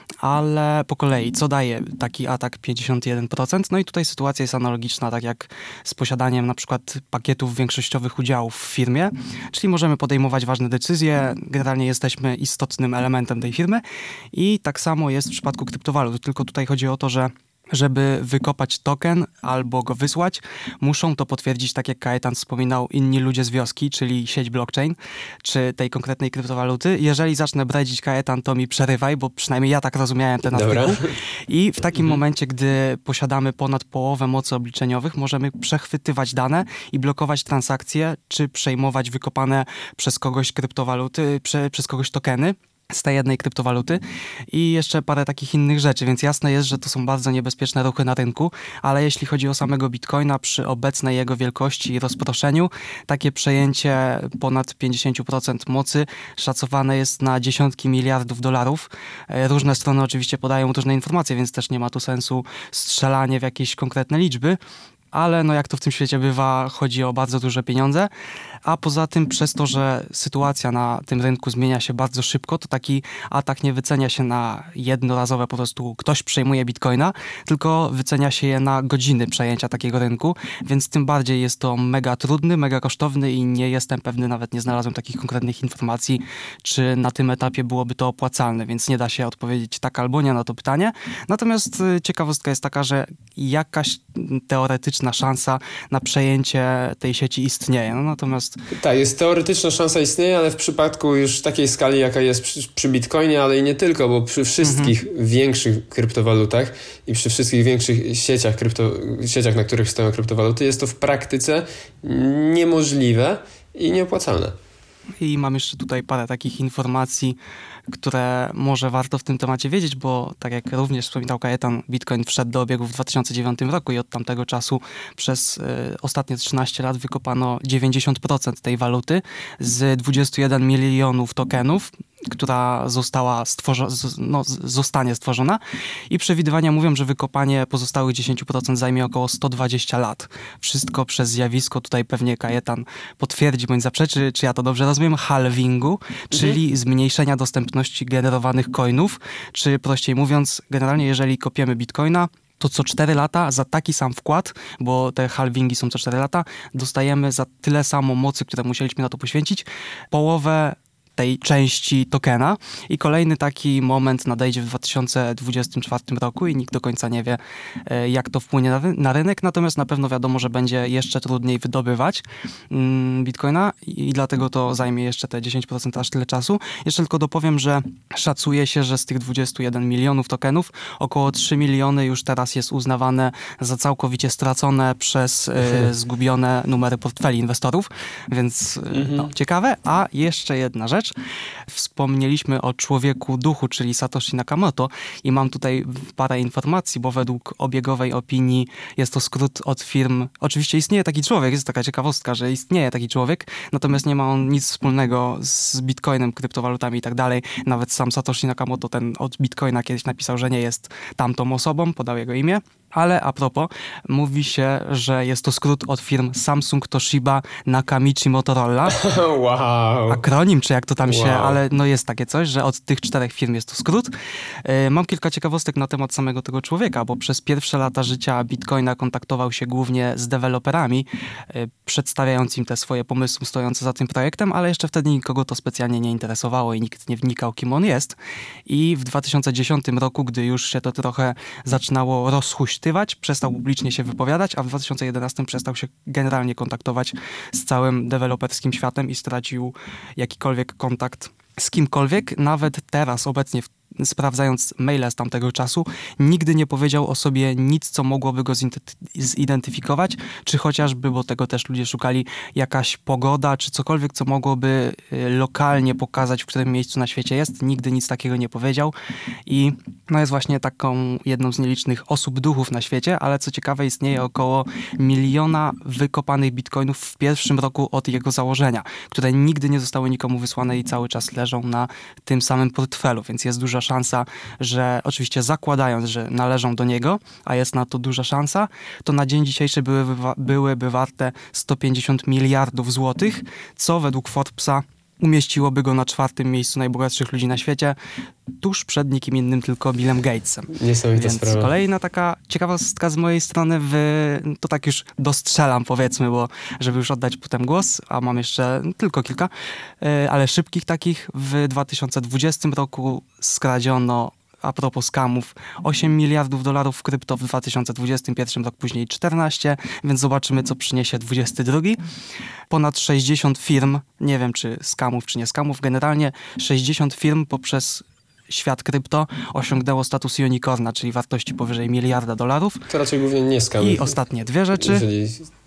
ale po kolei, co daje taki atak pięćdziesiąt jeden procent? No i tutaj sytuacja jest analogiczna, tak jak z posiadaniem na przykład pakietów większościowych udziałów w firmie, czyli możemy podejmować ważne decyzje, generalnie jesteśmy istotnym elementem tej firmy i tak samo jest w przypadku kryptowalut, tylko tutaj chodzi o to, że żeby wykopać token albo go wysłać, muszą to potwierdzić, tak jak Kajetan wspominał, inni ludzie z wioski, czyli sieć blockchain, czy tej konkretnej kryptowaluty. Jeżeli zacznę bredzić, Kajetan, to mi przerywaj, bo przynajmniej ja tak rozumiałem ten artykuł. I w takim mhm. momencie, gdy posiadamy ponad połowę mocy obliczeniowych, możemy przechwytywać dane i blokować transakcje, czy przejmować wykopane przez kogoś kryptowaluty, prze, przez kogoś tokeny z tej jednej kryptowaluty i jeszcze parę takich innych rzeczy, więc jasne jest, że to są bardzo niebezpieczne ruchy na rynku, ale jeśli chodzi o samego Bitcoina, przy obecnej jego wielkości i rozproszeniu, takie przejęcie ponad pięćdziesiąt procent mocy szacowane jest na dziesiątki miliardów dolarów. Różne strony oczywiście podają różne informacje, więc też nie ma tu sensu strzelanie w jakieś konkretne liczby, ale no jak to w tym świecie bywa, chodzi o bardzo duże pieniądze, a poza tym przez to, że sytuacja na tym rynku zmienia się bardzo szybko, to taki atak nie wycenia się na jednorazowe, po prostu ktoś przejmuje Bitcoina, tylko wycenia się je na godziny przejęcia takiego rynku, więc tym bardziej jest to mega trudny, mega kosztowny i nie jestem pewny, nawet nie znalazłem takich konkretnych informacji, czy na tym etapie byłoby to opłacalne, więc nie da się odpowiedzieć tak albo nie na to pytanie. Natomiast ciekawostka jest taka, że jakaś teoretyczna teoretyczna szansa na przejęcie tej sieci istnieje. No, natomiast... Tak, jest teoretyczna szansa istnieje, ale w przypadku już takiej skali, jaka jest przy, przy Bitcoinie, ale i nie tylko, bo przy wszystkich mhm. większych kryptowalutach i przy wszystkich większych sieciach, krypto, sieciach, na których stoją kryptowaluty, jest to w praktyce niemożliwe i nieopłacalne. I mam jeszcze tutaj parę takich informacji, które może warto w tym temacie wiedzieć, bo tak jak również wspominał Kajetan, Bitcoin wszedł do obiegu w dwa tysiące dziewiątym roku i od tamtego czasu przez y, ostatnie trzynaście lat wykopano dziewięćdziesiąt procent tej waluty z dwudziestu jeden milionów tokenów, która została stworzona, no, zostanie stworzona i przewidywania mówią, że wykopanie pozostałych dziesięć procent zajmie około sto dwadzieścia lat. Wszystko przez zjawisko, tutaj pewnie Kajetan potwierdzi bądź zaprzeczy, czy ja to dobrze rozumiem, halvingu, czyli mhm. zmniejszenia dostępności generowanych coinów, czy prościej mówiąc, generalnie jeżeli kopiemy Bitcoina, to co cztery lata za taki sam wkład, bo te halvingi są co cztery lata, dostajemy za tyle samo mocy, które musieliśmy na to poświęcić, połowę tej części tokena i kolejny taki moment nadejdzie w dwa tysiące dwudziestym czwartym roku i nikt do końca nie wie, jak to wpłynie na, ry- na rynek, natomiast na pewno wiadomo, że będzie jeszcze trudniej wydobywać mm, Bitcoina i dlatego to zajmie jeszcze te dziesięć procent aż tyle czasu. Jeszcze tylko dopowiem, że szacuje się, że z tych dwudziestu jeden milionów tokenów około trzy miliony już teraz jest uznawane za całkowicie stracone przez y, zgubione numery portfeli inwestorów, więc mhm. no, ciekawe. A jeszcze jedna rzecz. Wspomnieliśmy o człowieku duchu, czyli Satoshi Nakamoto i mam tutaj parę informacji, bo według obiegowej opinii jest to skrót od firm. Oczywiście istnieje taki człowiek, jest taka ciekawostka, że istnieje taki człowiek, natomiast nie ma on nic wspólnego z Bitcoinem, kryptowalutami i tak dalej. Nawet sam Satoshi Nakamoto, ten od Bitcoina kiedyś napisał, że nie jest tamtą osobą, podał jego imię. Ale a propos, mówi się, że jest to skrót od firm Samsung, Toshiba, Nakamichi, Motorola. Wow. Akronim, czy jak to tam się, wow. ale no jest takie coś, że od tych czterech firm jest to skrót. Yy, mam kilka ciekawostek na temat samego tego człowieka, bo przez pierwsze lata życia Bitcoina kontaktował się głównie z deweloperami, yy, przedstawiając im te swoje pomysły stojące za tym projektem, ale jeszcze wtedy nikogo to specjalnie nie interesowało i nikt nie wnikał, kim on jest. I w dwa tysiące dziesiątym roku, gdy już się to trochę zaczynało rozhuśtać, przestał publicznie się wypowiadać, a w dwa tysiące jedenastym przestał się generalnie kontaktować z całym deweloperskim światem i stracił jakikolwiek kontakt z kimkolwiek. Nawet teraz, obecnie w sprawdzając maile z tamtego czasu, nigdy nie powiedział o sobie nic, co mogłoby go zidentyfikować, czy chociażby, bo tego też ludzie szukali, jakaś pogoda, czy cokolwiek, co mogłoby lokalnie pokazać, w którym miejscu na świecie jest. Nigdy nic takiego nie powiedział i no jest właśnie taką jedną z nielicznych osób duchów na świecie, ale co ciekawe, istnieje około miliona wykopanych bitcoinów w pierwszym roku od jego założenia, które nigdy nie zostały nikomu wysłane i cały czas leżą na tym samym portfelu, więc jest duża szansa, że oczywiście zakładając, że należą do niego, a jest na to duża szansa, to na dzień dzisiejszy byłyby, byłyby warte sto pięćdziesiąt miliardów złotych, co według Forbesa umieściłoby go na czwartym miejscu najbogatszych ludzi na świecie, tuż przed nikim innym, tylko Billem Gatesem. Niesamowita Więc sprawa. kolejna taka ciekawostka z mojej strony, w, to tak już dostrzelam powiedzmy, bo żeby już oddać potem głos, a mam jeszcze tylko kilka, ale szybkich takich. W dwa tysiące dwudziestym roku skradziono, a propos skamów, osiem miliardów dolarów w krypto, w dwa tysiące dwudziestym pierwszym, rok później czternaście, więc zobaczymy, co przyniesie dwudziesty drugi. Ponad sześćdziesiąt firm, nie wiem czy skamów, czy nie skamów, generalnie sześćdziesiąt firm poprzez świat krypto osiągnęło status unicorna, czyli wartości powyżej miliarda dolarów. To raczej głównie nie skamy. I ostatnie dwie rzeczy. Jeżeli...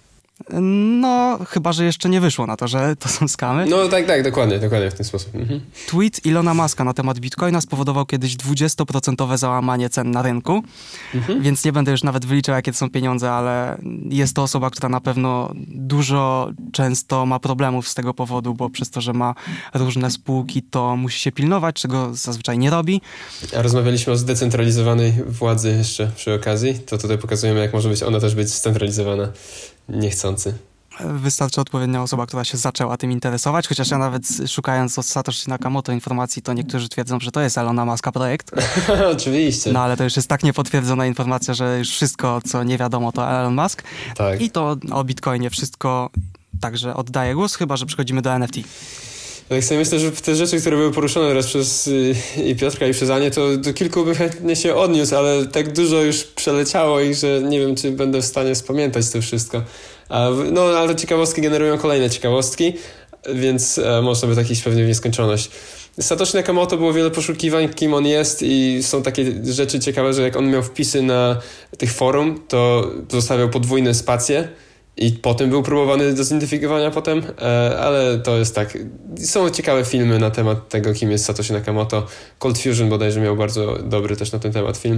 No, chyba, że jeszcze nie wyszło na to, że to są skamy. No tak, tak, dokładnie, dokładnie w ten sposób. Mhm. Tweet Ilona Muska na temat Bitcoina spowodował kiedyś dwudziestoprocentowe załamanie cen na rynku, mhm. więc nie będę już nawet wyliczał, jakie to są pieniądze, ale jest to osoba, która na pewno dużo często ma problemów z tego powodu, bo przez to, że ma różne spółki, to musi się pilnować, czego zazwyczaj nie robi. A rozmawialiśmy o zdecentralizowanej władzy jeszcze przy okazji, to tutaj pokazujemy, jak może być ona też być scentralizowana. Niechcący. Wystarczy odpowiednia osoba, która się zaczęła tym interesować, chociaż ja nawet szukając od Satoshi Nakamoto informacji, to niektórzy twierdzą, że to jest Elona Muska projekt. Oczywiście. No ale to już jest tak niepotwierdzona informacja, że już wszystko, co nie wiadomo, to Elon Musk. Tak. I to o Bitcoinie wszystko, także oddaję głos, chyba że przechodzimy do N F T. Tak sobie myślę, że te rzeczy, które były poruszone teraz przez y, i Piotrka i przez Anię, to do kilku bym chętnie się odniósł, ale tak dużo już przeleciało ich, że nie wiem, czy będę w stanie spamiętać to wszystko. A, no, ale ciekawostki generują kolejne ciekawostki, więc e, można by tak iść pewnie w nieskończoność. Satoshi Nakamoto było wiele poszukiwań, kim on jest i są takie rzeczy ciekawe, że jak on miał wpisy na tych forum, to zostawiał podwójne spacje i potem był próbowany do zidentyfikowania potem, ale to jest tak. Są ciekawe filmy na temat tego, kim jest Satoshi Nakamoto. Cold Fusion bodajże miał bardzo dobry też na ten temat film.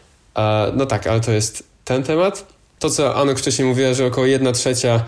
No tak, ale to jest ten temat. To, co Anuk wcześniej mówiła, że około jedna trzecia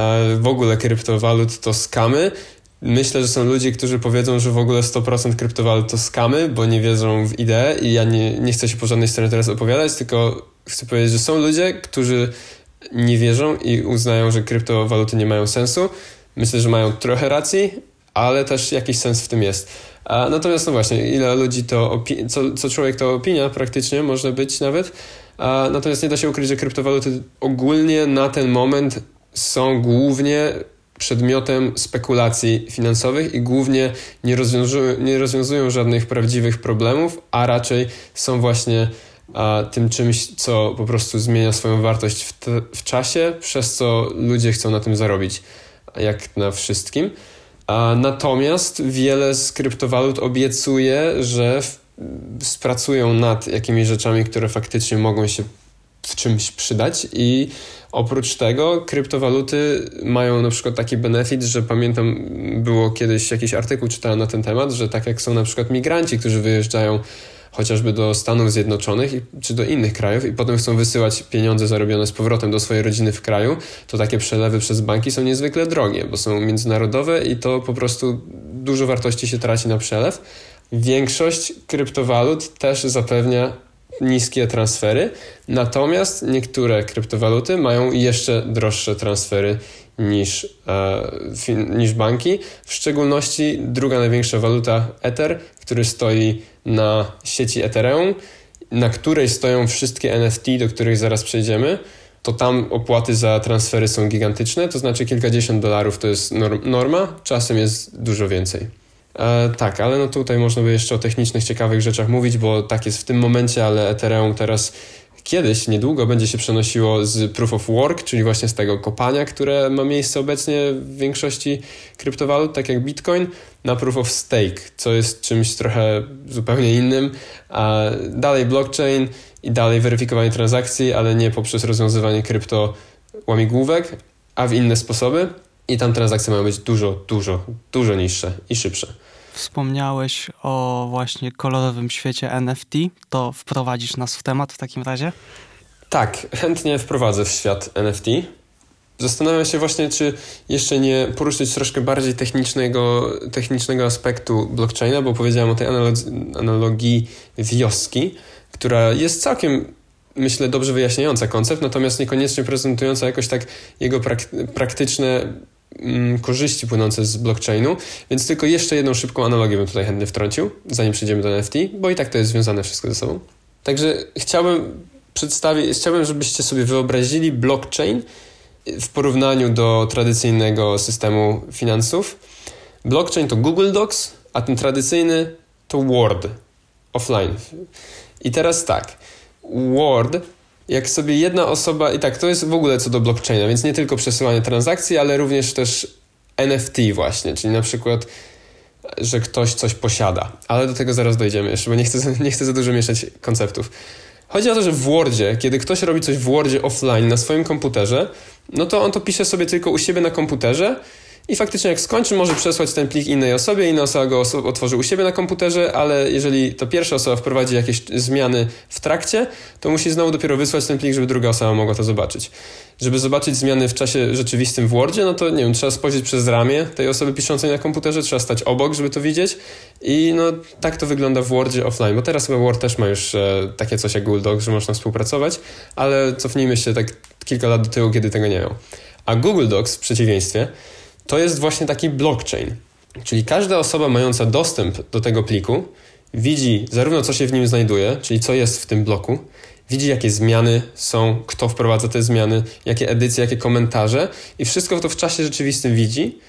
w ogóle kryptowalut to skamy. Myślę, że są ludzie, którzy powiedzą, że w ogóle sto procent kryptowalut to skamy, bo nie wierzą w ideę i ja nie, nie chcę się po żadnej stronie teraz opowiadać, tylko chcę powiedzieć, że są ludzie, którzy nie wierzą i uznają, że kryptowaluty nie mają sensu. Myślę, że mają trochę racji, ale też jakiś sens w tym jest. A natomiast no właśnie, ile ludzi to, opi- co, co człowiek to opinia praktycznie może być nawet. A natomiast nie da się ukryć, że kryptowaluty ogólnie na ten moment są głównie przedmiotem spekulacji finansowych i głównie nie rozwiązują, nie rozwiązują żadnych prawdziwych problemów, a raczej są właśnie a, tym czymś, co po prostu zmienia swoją wartość w, te, w czasie, przez co ludzie chcą na tym zarobić, jak na wszystkim. A, natomiast wiele z kryptowalut obiecuje, że w, spracują nad jakimiś rzeczami, które faktycznie mogą się w czymś przydać i oprócz tego kryptowaluty mają na przykład taki benefit, że pamiętam, było kiedyś jakiś artykuł czytałem na ten temat, że tak jak są na przykład migranci, którzy wyjeżdżają chociażby do Stanów Zjednoczonych czy do innych krajów i potem chcą wysyłać pieniądze zarobione z powrotem do swojej rodziny w kraju, to takie przelewy przez banki są niezwykle drogie, bo są międzynarodowe i to po prostu dużo wartości się traci na przelew. Większość kryptowalut też zapewnia niskie transfery, natomiast niektóre kryptowaluty mają jeszcze droższe transfery niż, e, fi, niż banki. W szczególności druga największa waluta Ether, który stoi na sieci Ethereum, na której stoją wszystkie N F T, do których zaraz przejdziemy, to tam opłaty za transfery są gigantyczne, to znaczy kilkadziesiąt dolarów to jest norm, norma, czasem jest dużo więcej. E, tak, ale no tutaj można by jeszcze o technicznych, ciekawych rzeczach mówić, bo tak jest w tym momencie, ale Ethereum teraz kiedyś, niedługo będzie się przenosiło z Proof of Work, czyli właśnie z tego kopania, które ma miejsce obecnie w większości kryptowalut, tak jak Bitcoin, na Proof of Stake, co jest czymś trochę zupełnie innym. A dalej blockchain i dalej weryfikowanie transakcji, ale nie poprzez rozwiązywanie krypto łamigłówek, a w inne sposoby. I tam transakcje mają być dużo, dużo, dużo niższe i szybsze. Wspomniałeś o właśnie kolorowym świecie N F T. To wprowadzisz nas w temat w takim razie? Tak, chętnie wprowadzę w świat N F T. Zastanawiam się właśnie, czy jeszcze nie poruszyć troszkę bardziej technicznego, technicznego aspektu blockchaina, bo powiedziałem o tej analogii, analogii wioski, która jest całkiem, myślę, dobrze wyjaśniająca koncept, natomiast niekoniecznie prezentująca jakoś tak jego prak- praktyczne mm, korzyści płynące z blockchainu, więc tylko jeszcze jedną szybką analogię bym tutaj chętnie wtrącił, zanim przejdziemy do N F T, bo i tak to jest związane wszystko ze sobą. Także chciałbym przedstawić, chciałbym, żebyście sobie wyobrazili blockchain w porównaniu do tradycyjnego systemu finansów. Blockchain to Google Docs, a ten tradycyjny to Word offline. I teraz tak, Word, jak sobie jedna osoba, i tak to jest w ogóle co do blockchaina, więc nie tylko przesyłanie transakcji, ale również też N F T właśnie, czyli na przykład, że ktoś coś posiada. Ale do tego zaraz dojdziemy jeszcze, bo nie chcę, nie chcę za dużo mieszać konceptów. Chodzi o to, że w Wordzie, kiedy ktoś robi coś w Wordzie offline na swoim komputerze, no to on to pisze sobie tylko u siebie na komputerze i faktycznie jak skończy, może przesłać ten plik innej osobie, inna osoba go oso- otworzy u siebie na komputerze, ale jeżeli to pierwsza osoba wprowadzi jakieś zmiany w trakcie, to musi znowu dopiero wysłać ten plik, żeby druga osoba mogła to zobaczyć. Żeby zobaczyć zmiany w czasie rzeczywistym w Wordzie, no to nie wiem, trzeba spojrzeć przez ramię tej osoby piszącej na komputerze, trzeba stać obok, żeby to widzieć i no tak to wygląda w Wordzie offline, bo teraz chyba Word też ma już e, takie coś jak Google Docs, że można współpracować, ale cofnijmy się tak kilka lat do tyłu, kiedy tego nie miał. A Google Docs w przeciwieństwie to jest właśnie taki blockchain, czyli każda osoba mająca dostęp do tego pliku widzi zarówno co się w nim znajduje, czyli co jest w tym bloku, widzi jakie zmiany są, kto wprowadza te zmiany, jakie edycje, jakie komentarze i wszystko to w czasie rzeczywistym widzi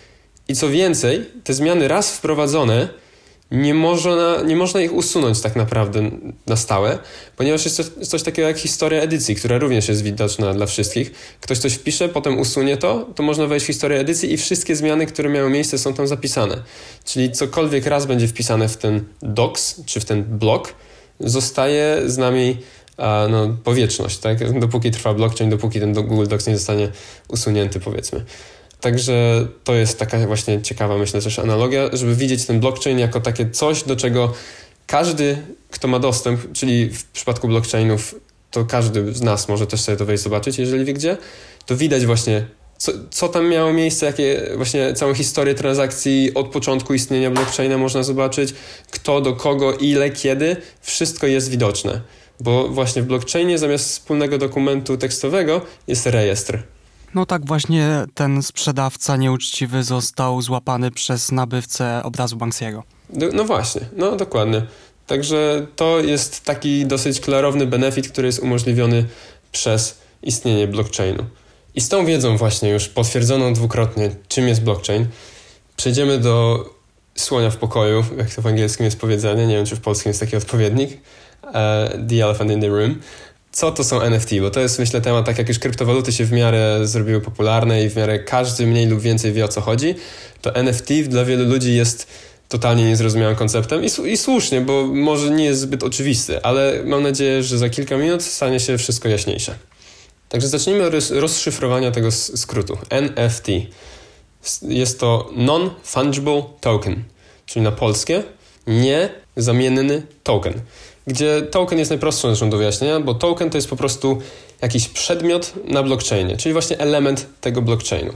I co więcej, te zmiany raz wprowadzone, nie można, nie można ich usunąć tak naprawdę na stałe, ponieważ jest coś, coś takiego jak historia edycji, która również jest widoczna dla wszystkich. Ktoś coś wpisze, potem usunie to, to można wejść w historię edycji i wszystkie zmiany, które miały miejsce, są tam zapisane. Czyli cokolwiek raz będzie wpisane w ten docs, czy w ten blok, zostaje z nami a, no, po wieczność, tak? Dopóki trwa blockchain, dopóki ten Google Docs nie zostanie usunięty, powiedzmy. Także to jest taka właśnie ciekawa, myślę, też analogia, żeby widzieć ten blockchain jako takie coś, do czego każdy, kto ma dostęp, czyli w przypadku blockchainów, to każdy z nas może też sobie to wejść zobaczyć, jeżeli wie gdzie, to widać właśnie, co, co tam miało miejsce, jakie właśnie całą historię transakcji od początku istnienia blockchaina można zobaczyć, kto do kogo, ile, kiedy, wszystko jest widoczne. Bo właśnie w blockchainie zamiast wspólnego dokumentu tekstowego jest rejestr. No tak właśnie ten sprzedawca nieuczciwy został złapany przez nabywcę obrazu Banksiego. Do, no właśnie, no dokładnie. Także to jest taki dosyć klarowny benefit, który jest umożliwiony przez istnienie blockchainu. I z tą wiedzą właśnie już potwierdzoną dwukrotnie, czym jest blockchain, przejdziemy do słonia w pokoju, jak to w angielskim jest powiedzenie, nie wiem czy w polskim jest taki odpowiednik, uh, the elephant in the room. Co to są N F T? Bo to jest, myślę, temat, tak jak już kryptowaluty się w miarę zrobiły popularne i w miarę każdy mniej lub więcej wie, o co chodzi, to N F T dla wielu ludzi jest totalnie niezrozumiałym konceptem i, i słusznie, bo może nie jest zbyt oczywisty, ale mam nadzieję, że za kilka minut stanie się wszystko jaśniejsze. Także zacznijmy od rozszyfrowania tego skrótu. N F T. Jest to Non-Fungible Token, czyli na polskie niezamienny token. Gdzie token jest najprostszą rzeczą do wyjaśnienia, bo token to jest po prostu jakiś przedmiot na blockchainie, czyli właśnie element tego blockchainu.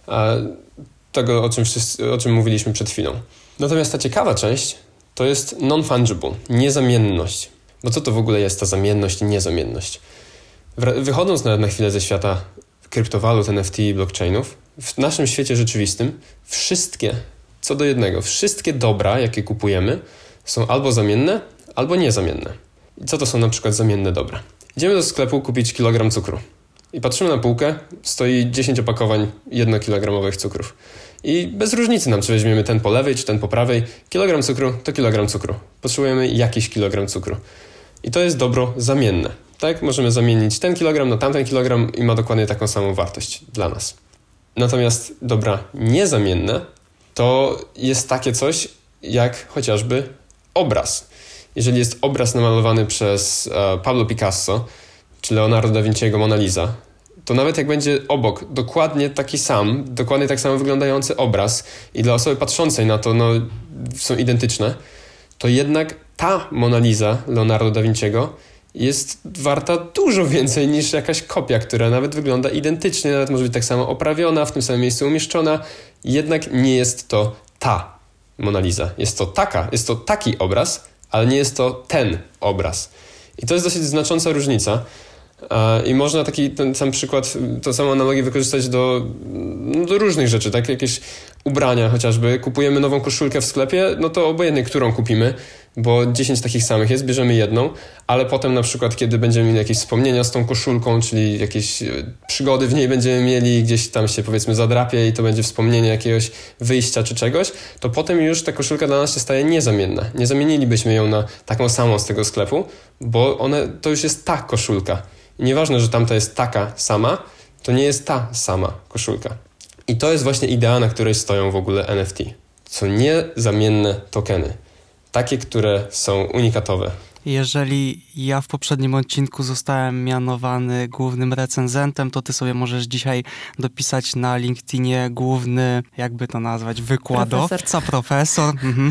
Tego, o czym, wszyscy, o czym mówiliśmy przed chwilą. Natomiast ta ciekawa część to jest non-fungible, niezamienność. Bo co to w ogóle jest ta zamienność i niezamienność? Wychodząc nawet na chwilę ze świata kryptowalut, N F T i blockchainów, w naszym świecie rzeczywistym wszystkie, co do jednego, wszystkie dobra, jakie kupujemy, są albo zamienne, albo niezamienne. I co to są na przykład zamienne dobra? Idziemy do sklepu kupić kilogram cukru i patrzymy na półkę, stoi dziesięć opakowań jednokilogramowych cukrów. I bez różnicy nam, czy weźmiemy ten po lewej, czy ten po prawej, kilogram cukru to kilogram cukru. Potrzebujemy jakiś kilogram cukru. I to jest dobro zamienne. Tak? Możemy zamienić ten kilogram na tamten kilogram i ma dokładnie taką samą wartość dla nas. Natomiast dobra niezamienne to jest takie coś jak chociażby obraz. Jeżeli jest obraz namalowany przez uh, Pablo Picasso czy Leonardo da Vinciego Mona Lisa, to nawet jak będzie obok dokładnie taki sam, dokładnie tak samo wyglądający obraz i dla osoby patrzącej na to no, są identyczne, to jednak ta Mona Lisa Leonardo da Vinciego jest warta dużo więcej niż jakaś kopia, która nawet wygląda identycznie, nawet może być tak samo oprawiona, w tym samym miejscu umieszczona. Jednak nie jest to ta Mona Lisa. Jest to taka, jest to taki obraz, ale nie jest to ten obraz. I to jest dosyć znacząca różnica. I można taki ten sam przykład, tą samą analogię wykorzystać do, do różnych rzeczy, tak? Jakieś ubrania chociażby. Kupujemy nową koszulkę w sklepie, no to obojętnie, którą kupimy, bo dziesięć takich samych jest, bierzemy jedną, ale potem na przykład, kiedy będziemy mieli jakieś wspomnienia z tą koszulką, czyli jakieś przygody w niej będziemy mieli, gdzieś tam się powiedzmy zadrapie i to będzie wspomnienie jakiegoś wyjścia czy czegoś, to potem już ta koszulka dla nas się staje niezamienna. Nie zamienilibyśmy ją na taką samą z tego sklepu, bo one, to już jest ta koszulka. I nieważne, że tamta jest taka sama, to nie jest ta sama koszulka. I to jest właśnie idea, na której stoją w ogóle N F T. Są niezamienne tokeny. Takie, które są unikatowe. Jeżeli ja w poprzednim odcinku zostałem mianowany głównym recenzentem, to ty sobie możesz dzisiaj dopisać na LinkedInie główny, jakby to nazwać, wykładowca, profesor. profesor. Mhm.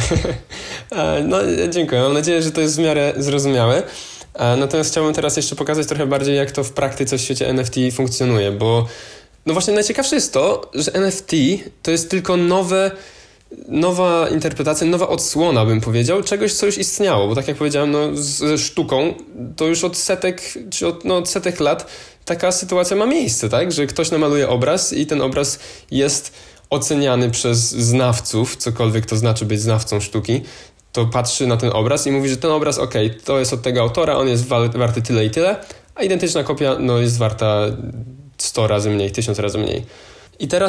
No, dziękuję. Mam nadzieję, że to jest w miarę zrozumiałe. Natomiast chciałbym teraz jeszcze pokazać trochę bardziej, jak to w praktyce w świecie N F T funkcjonuje, bo no właśnie najciekawsze jest to, że N F T to jest tylko nowe, nowa interpretacja, nowa odsłona, bym powiedział, czegoś, co już istniało, bo tak jak powiedziałem, no, ze sztuką to już od setek, czy od, no, od setek lat taka sytuacja ma miejsce, tak, że ktoś namaluje obraz i ten obraz jest oceniany przez znawców, cokolwiek to znaczy być znawcą sztuki, to patrzy na ten obraz i mówi, że ten obraz, okej, okay, to jest od tego autora, on jest warty tyle i tyle, a identyczna kopia no, jest warta sto razy mniej, tysiąc razy mniej. I teraz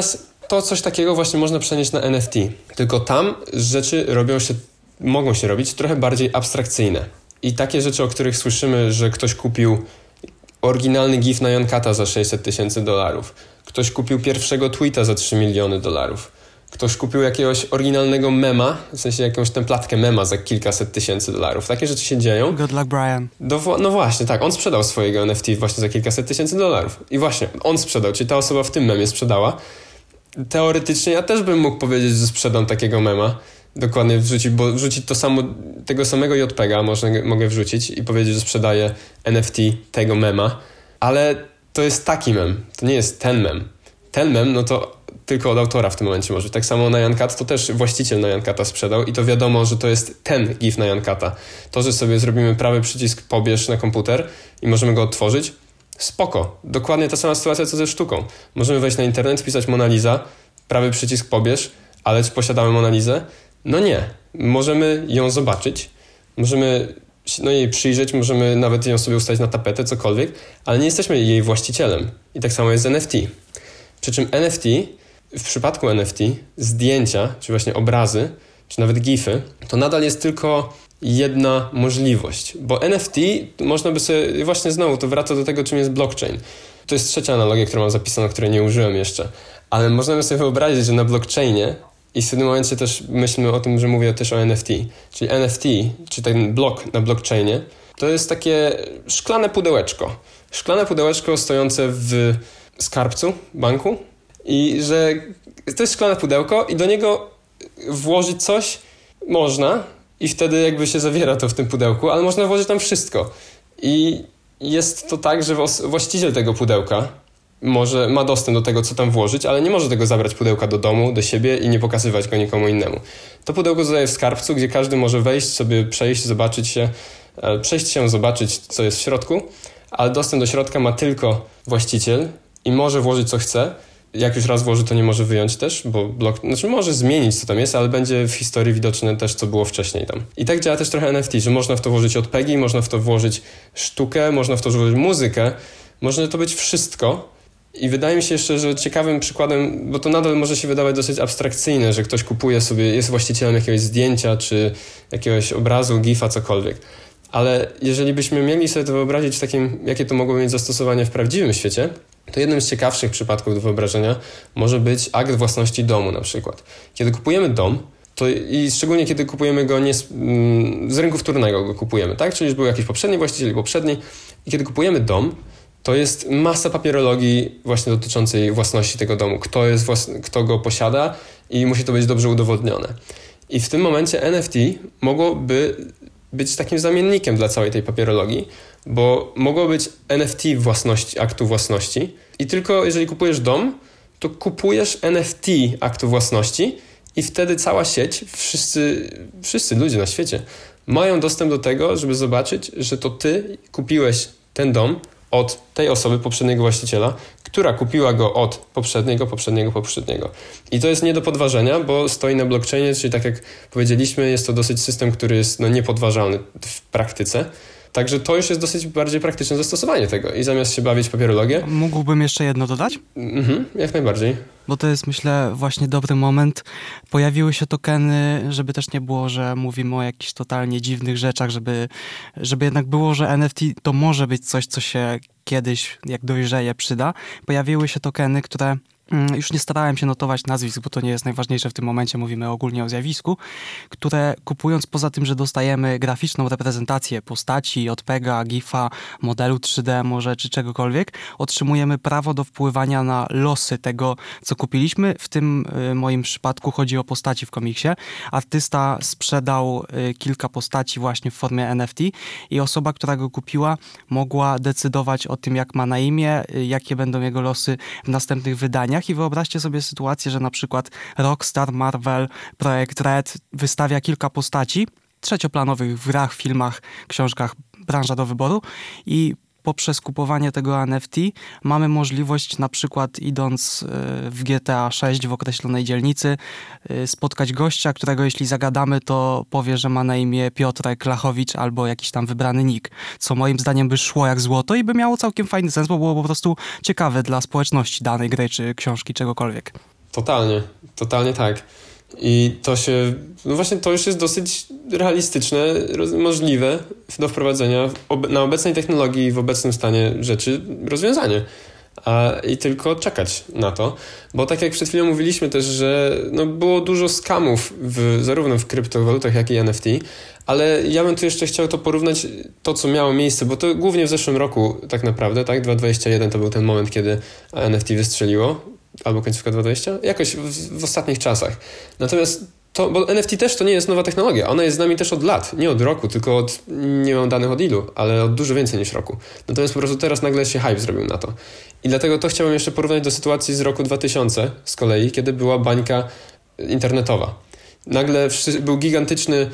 to coś takiego właśnie można przenieść na N F T. Tylko tam rzeczy robią się, mogą się robić trochę bardziej abstrakcyjne. I takie rzeczy, o których słyszymy, że ktoś kupił oryginalny gif na Jankata za sześćset tysięcy dolarów. Ktoś kupił pierwszego tweeta za trzy miliony dolarów. Ktoś kupił jakiegoś oryginalnego mema, w sensie jakąś templatkę mema za kilkaset tysięcy dolarów. Takie rzeczy się dzieją. Good luck, Brian. Do, no właśnie, tak. On sprzedał swojego N F T właśnie za kilkaset tysięcy dolarów. I właśnie, on sprzedał, czyli ta osoba w tym memie sprzedała. Teoretycznie ja też bym mógł powiedzieć, że sprzedam takiego mema. Dokładnie wrzucić, bo wrzucić to samo, tego samego J P G a można, mogę wrzucić i powiedzieć, że sprzedaję N F T tego mema. Ale to jest taki mem, to nie jest ten mem. Ten mem, no to tylko od autora w tym momencie może. Tak samo na Jankat, to też właściciel na Jankata sprzedał i to wiadomo, że to jest ten gif na Jankata. To, że sobie zrobimy prawy przycisk pobierz na komputer i możemy go odtworzyć, spoko. Dokładnie ta sama sytuacja co ze sztuką. Możemy wejść na internet, wpisać Mona Lisa, prawy przycisk pobierz, ale czy posiadamy Mona Lisę? No nie. Możemy ją zobaczyć, możemy no jej przyjrzeć, możemy nawet ją sobie ustawić na tapetę, cokolwiek, ale nie jesteśmy jej właścicielem. I tak samo jest z N F T. Przy czym N F T, w przypadku N F T, zdjęcia, czy właśnie obrazy, czy nawet gify, to nadal jest tylko jedna możliwość. Bo N F T można by sobie, właśnie znowu to wraca do tego, czym jest blockchain. To jest trzecia analogia, którą mam zapisaną, której nie użyłem jeszcze. Ale można by sobie wyobrazić, że na blockchainie i w tym momencie też myślmy o tym, że mówię też o N F T. Czyli N F T, czy ten blok na blockchainie, to jest takie szklane pudełeczko. Szklane pudełeczko stojące w skarbcu banku i że to jest szklane pudełko i do niego włożyć coś można i wtedy jakby się zawiera to w tym pudełku, ale można włożyć tam wszystko. I jest to tak, że właściciel tego pudełka może, ma dostęp do tego, co tam włożyć, ale nie może tego zabrać pudełka do domu, do siebie i nie pokazywać go nikomu innemu. To pudełko zostaje w skarbcu, gdzie każdy może wejść, sobie przejść, zobaczyć się, przejść się, zobaczyć, co jest w środku, ale dostęp do środka ma tylko właściciel i może włożyć, co chce. Jak już raz włoży, to nie może wyjąć też, bo blok, znaczy może zmienić, co tam jest, ale będzie w historii widoczne też, co było wcześniej tam. I tak działa też trochę N F T, że można w to włożyć J P G, można w to włożyć sztukę, można w to włożyć muzykę, może to być wszystko. I wydaje mi się jeszcze, że ciekawym przykładem, bo to nadal może się wydawać dosyć abstrakcyjne, że ktoś kupuje sobie, jest właścicielem jakiegoś zdjęcia, czy jakiegoś obrazu, gifa, cokolwiek. Ale jeżeli byśmy mieli sobie to wyobrazić w takim, jakie to mogło mieć zastosowanie w prawdziwym świecie, to jednym z ciekawszych przypadków do wyobrażenia może być akt własności domu na przykład. Kiedy kupujemy dom, to i szczególnie kiedy kupujemy go nie z, mm, z rynku wtórnego go kupujemy, tak? Czyli już był jakiś poprzedni właściciel, poprzedni. I kiedy kupujemy dom, to jest masa papierologii właśnie dotyczącej własności tego domu. Kto jest włas- kto go posiada i musi to być dobrze udowodnione. I w tym momencie N F T mogłoby być takim zamiennikiem dla całej tej papierologii, bo mogło być N F T własności, aktu własności i tylko jeżeli kupujesz dom, to kupujesz N F T aktu własności i wtedy cała sieć, wszyscy, wszyscy ludzie na świecie mają dostęp do tego, żeby zobaczyć, że to ty kupiłeś ten dom od tej osoby, poprzedniego właściciela, która kupiła go od poprzedniego, poprzedniego, poprzedniego. I to jest nie do podważenia, bo stoi na blockchainie, czyli tak jak powiedzieliśmy, jest to dosyć system, który jest no, niepodważalny w praktyce. Także to już jest dosyć bardziej praktyczne zastosowanie tego. I zamiast się bawić w papierologię... Mógłbym jeszcze jedno dodać? Mhm, jak najbardziej. Bo to jest, myślę, właśnie dobry moment. Pojawiły się tokeny, żeby też nie było, że mówimy o jakichś totalnie dziwnych rzeczach, żeby, żeby jednak było, że N F T to może być coś, co się kiedyś, jak dojrzeje, przyda. Pojawiły się tokeny, które... Już nie starałem się notować nazwisk, bo to nie jest najważniejsze w tym momencie, mówimy ogólnie o zjawisku, które kupując poza tym, że dostajemy graficzną reprezentację postaci, J P G a, gifa, modelu trzy D może czy czegokolwiek, otrzymujemy prawo do wpływania na losy tego, co kupiliśmy. W tym y, moim przypadku chodzi o postaci w komiksie. Artysta sprzedał y, kilka postaci właśnie w formie N F T i osoba, która go kupiła, mogła decydować o tym, jak ma na imię, y, jakie będą jego losy w następnych wydaniach. I wyobraźcie sobie sytuację, że na przykład Rockstar, Marvel, Projekt Red wystawia kilka postaci trzecioplanowych w grach, filmach, książkach, branża do wyboru i poprzez kupowanie tego N F T mamy możliwość na przykład idąc w G T A sześć w określonej dzielnicy spotkać gościa, którego jeśli zagadamy, to powie, że ma na imię Piotrek Lachowicz albo jakiś tam wybrany nick, co moim zdaniem by szło jak złoto i by miało całkiem fajny sens, bo było po prostu ciekawe dla społeczności danej gry czy książki, czegokolwiek. Totalnie, totalnie tak. I to się, no właśnie to już jest dosyć realistyczne, roz, możliwe do wprowadzenia ob, na obecnej technologii i w obecnym stanie rzeczy rozwiązanie. A, I tylko czekać na to, bo tak jak przed chwilą mówiliśmy też, że no było dużo skamów w, zarówno w kryptowalutach, jak i N F T, ale ja bym tu jeszcze chciał to porównać, to co miało miejsce, bo to głównie w zeszłym roku tak naprawdę, tak, dwa tysiące dwudziesty pierwszy to był ten moment, kiedy N F T wystrzeliło, albo końcówka dwa tysiące dwudziesty, jakoś w, w ostatnich czasach. Natomiast to, bo N F T też to nie jest nowa technologia, ona jest z nami też od lat, nie od roku, tylko od, nie mam danych od ilu, ale od dużo więcej niż roku. Natomiast po prostu teraz nagle się hype zrobił na to. I dlatego to chciałbym jeszcze porównać do sytuacji z roku dwa tysiące z kolei, kiedy była bańka internetowa. Nagle był gigantyczny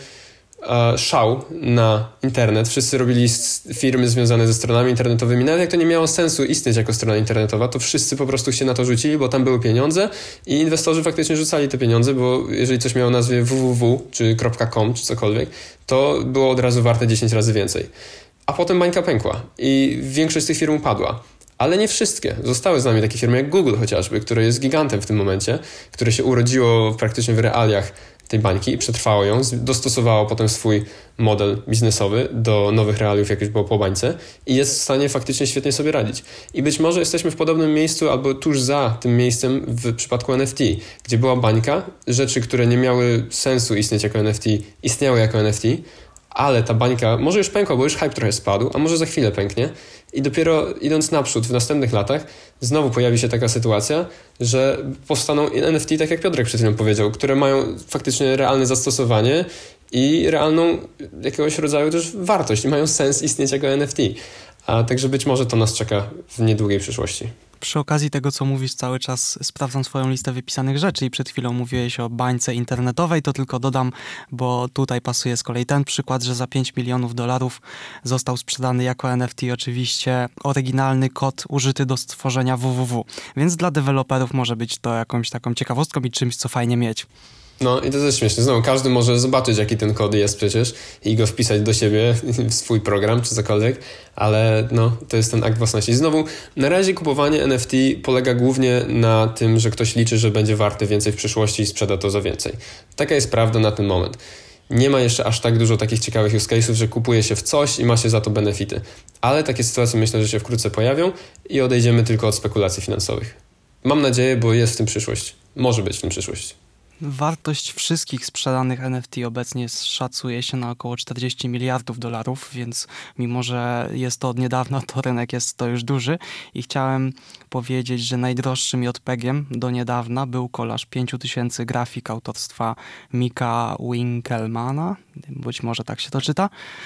e, szał na internet. Wszyscy robili firmy związane ze stronami internetowymi. Nawet jak to nie miało sensu istnieć jako strona internetowa, to wszyscy po prostu się na to rzucili, bo tam były pieniądze i inwestorzy faktycznie rzucali te pieniądze, bo jeżeli coś miało nazwie www czy .com czy cokolwiek, to było od razu warte dziesięć razy więcej. A potem bańka pękła i większość z tych firm upadła. Ale nie wszystkie. Zostały z nami takie firmy jak Google chociażby, które jest gigantem w tym momencie, które się urodziło praktycznie w realiach tej bańki i przetrwało ją, dostosowało potem swój model biznesowy do nowych realiów, jak już było po bańce i jest w stanie faktycznie świetnie sobie radzić. I być może jesteśmy w podobnym miejscu albo tuż za tym miejscem w przypadku N F T, gdzie była bańka, rzeczy, które nie miały sensu istnieć jako N F T, istniały jako N F T, ale ta bańka może już pękła, bo już hype trochę spadł, a może za chwilę pęknie i dopiero idąc naprzód w następnych latach znowu pojawi się taka sytuacja, że powstaną N F T, tak jak Piotrek przed chwilą powiedział, które mają faktycznie realne zastosowanie i realną jakiegoś rodzaju też wartość i mają sens istnieć jako N F T. A także być może to nas czeka w niedługiej przyszłości. Przy okazji tego, co mówisz, cały czas sprawdzam swoją listę wypisanych rzeczy i przed chwilą mówiłeś o bańce internetowej, to tylko dodam, bo tutaj pasuje z kolei ten przykład, że za pięć milionów dolarów został sprzedany jako N F T oczywiście oryginalny kod użyty do stworzenia www, więc dla deweloperów może być to jakąś taką ciekawostką i czymś, co fajnie mieć. No i to jest śmieszne. Znowu każdy może zobaczyć, jaki ten kod jest przecież i go wpisać do siebie w swój program czy cokolwiek, ale no to jest ten akt własności. Znowu na razie kupowanie N F T polega głównie na tym, że ktoś liczy, że będzie warty więcej w przyszłości i sprzeda to za więcej. Taka jest prawda na ten moment. Nie ma jeszcze aż tak dużo takich ciekawych use case'ów, że kupuje się w coś i ma się za to benefity. Ale takie sytuacje myślę, że się wkrótce pojawią i odejdziemy tylko od spekulacji finansowych. Mam nadzieję, bo jest w tym przyszłość. Może być w tym przyszłość. Wartość wszystkich sprzedanych N F T obecnie szacuje się na około czterdzieści miliardów dolarów, więc mimo, że jest to od niedawna, to rynek jest to już duży i chciałem powiedzieć, że najdroższym J P G-iem do niedawna był kolaż pięć tysięcy grafik autorstwa Mika Winkelmana, być może tak się to czyta,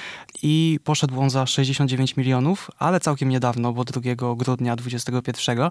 i poszedł on za sześćdziesiąt dziewięć milionów, ale całkiem niedawno, bo drugiego grudnia dwudziestego pierwszego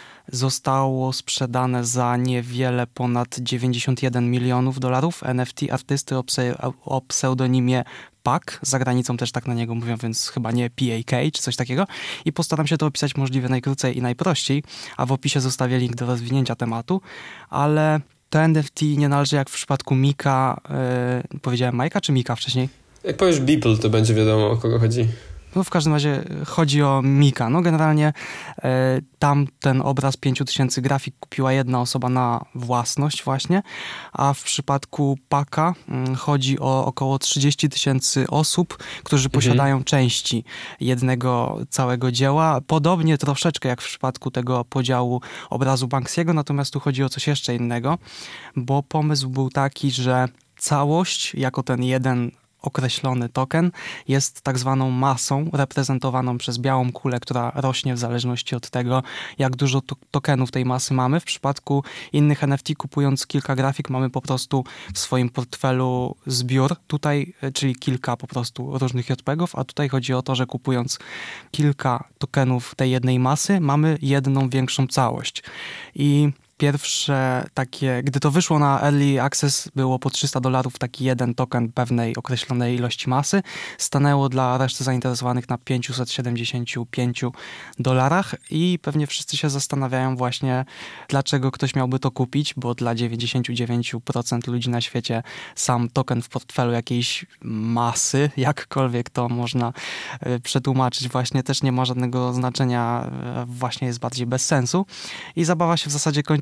zostało sprzedane za niewiele ponad dziewięćdziesiąt jeden milionów dolarów N F T artysty o, pse- o pseudonimie Pak, za granicą też tak na niego mówią, więc chyba nie P A K czy coś takiego. I postaram się to opisać możliwie najkrócej i najprościej, a w opisie zostawię link do rozwinięcia tematu, ale to N F T nie należy jak w przypadku Mika, yy, powiedziałem Majka czy Mika wcześniej? Jak powiesz Beeple, to będzie wiadomo, o kogo chodzi. No w każdym razie chodzi o Mika. No generalnie e, tam ten obraz pięć tysięcy grafik kupiła jedna osoba na własność właśnie, a w przypadku Paka m, chodzi o około trzydzieści tysięcy osób, którzy mhm. posiadają części jednego całego dzieła. Podobnie troszeczkę jak w przypadku tego podziału obrazu Banksiego, natomiast tu chodzi o coś jeszcze innego, bo pomysł był taki, że całość jako ten jeden określony token jest tak zwaną masą reprezentowaną przez białą kulę, która rośnie w zależności od tego, jak dużo to- tokenów tej masy mamy. W przypadku innych N F T kupując kilka grafik mamy po prostu w swoim portfelu zbiór tutaj, czyli kilka po prostu różnych J P G-ów, a tutaj chodzi o to, że kupując kilka tokenów tej jednej masy mamy jedną większą całość. I pierwsze takie, gdy to wyszło na Early Access, było po trzysta dolarów taki jeden token pewnej określonej ilości masy. Stanęło dla reszty zainteresowanych na pięćset siedemdziesiąt pięć dolarach i pewnie wszyscy się zastanawiają właśnie, dlaczego ktoś miałby to kupić, bo dla dziewięćdziesiąt dziewięć procent ludzi na świecie sam token w portfelu jakiejś masy, jakkolwiek to można przetłumaczyć, właśnie też nie ma żadnego znaczenia, właśnie jest bardziej bez sensu. I zabawa się w zasadzie kończy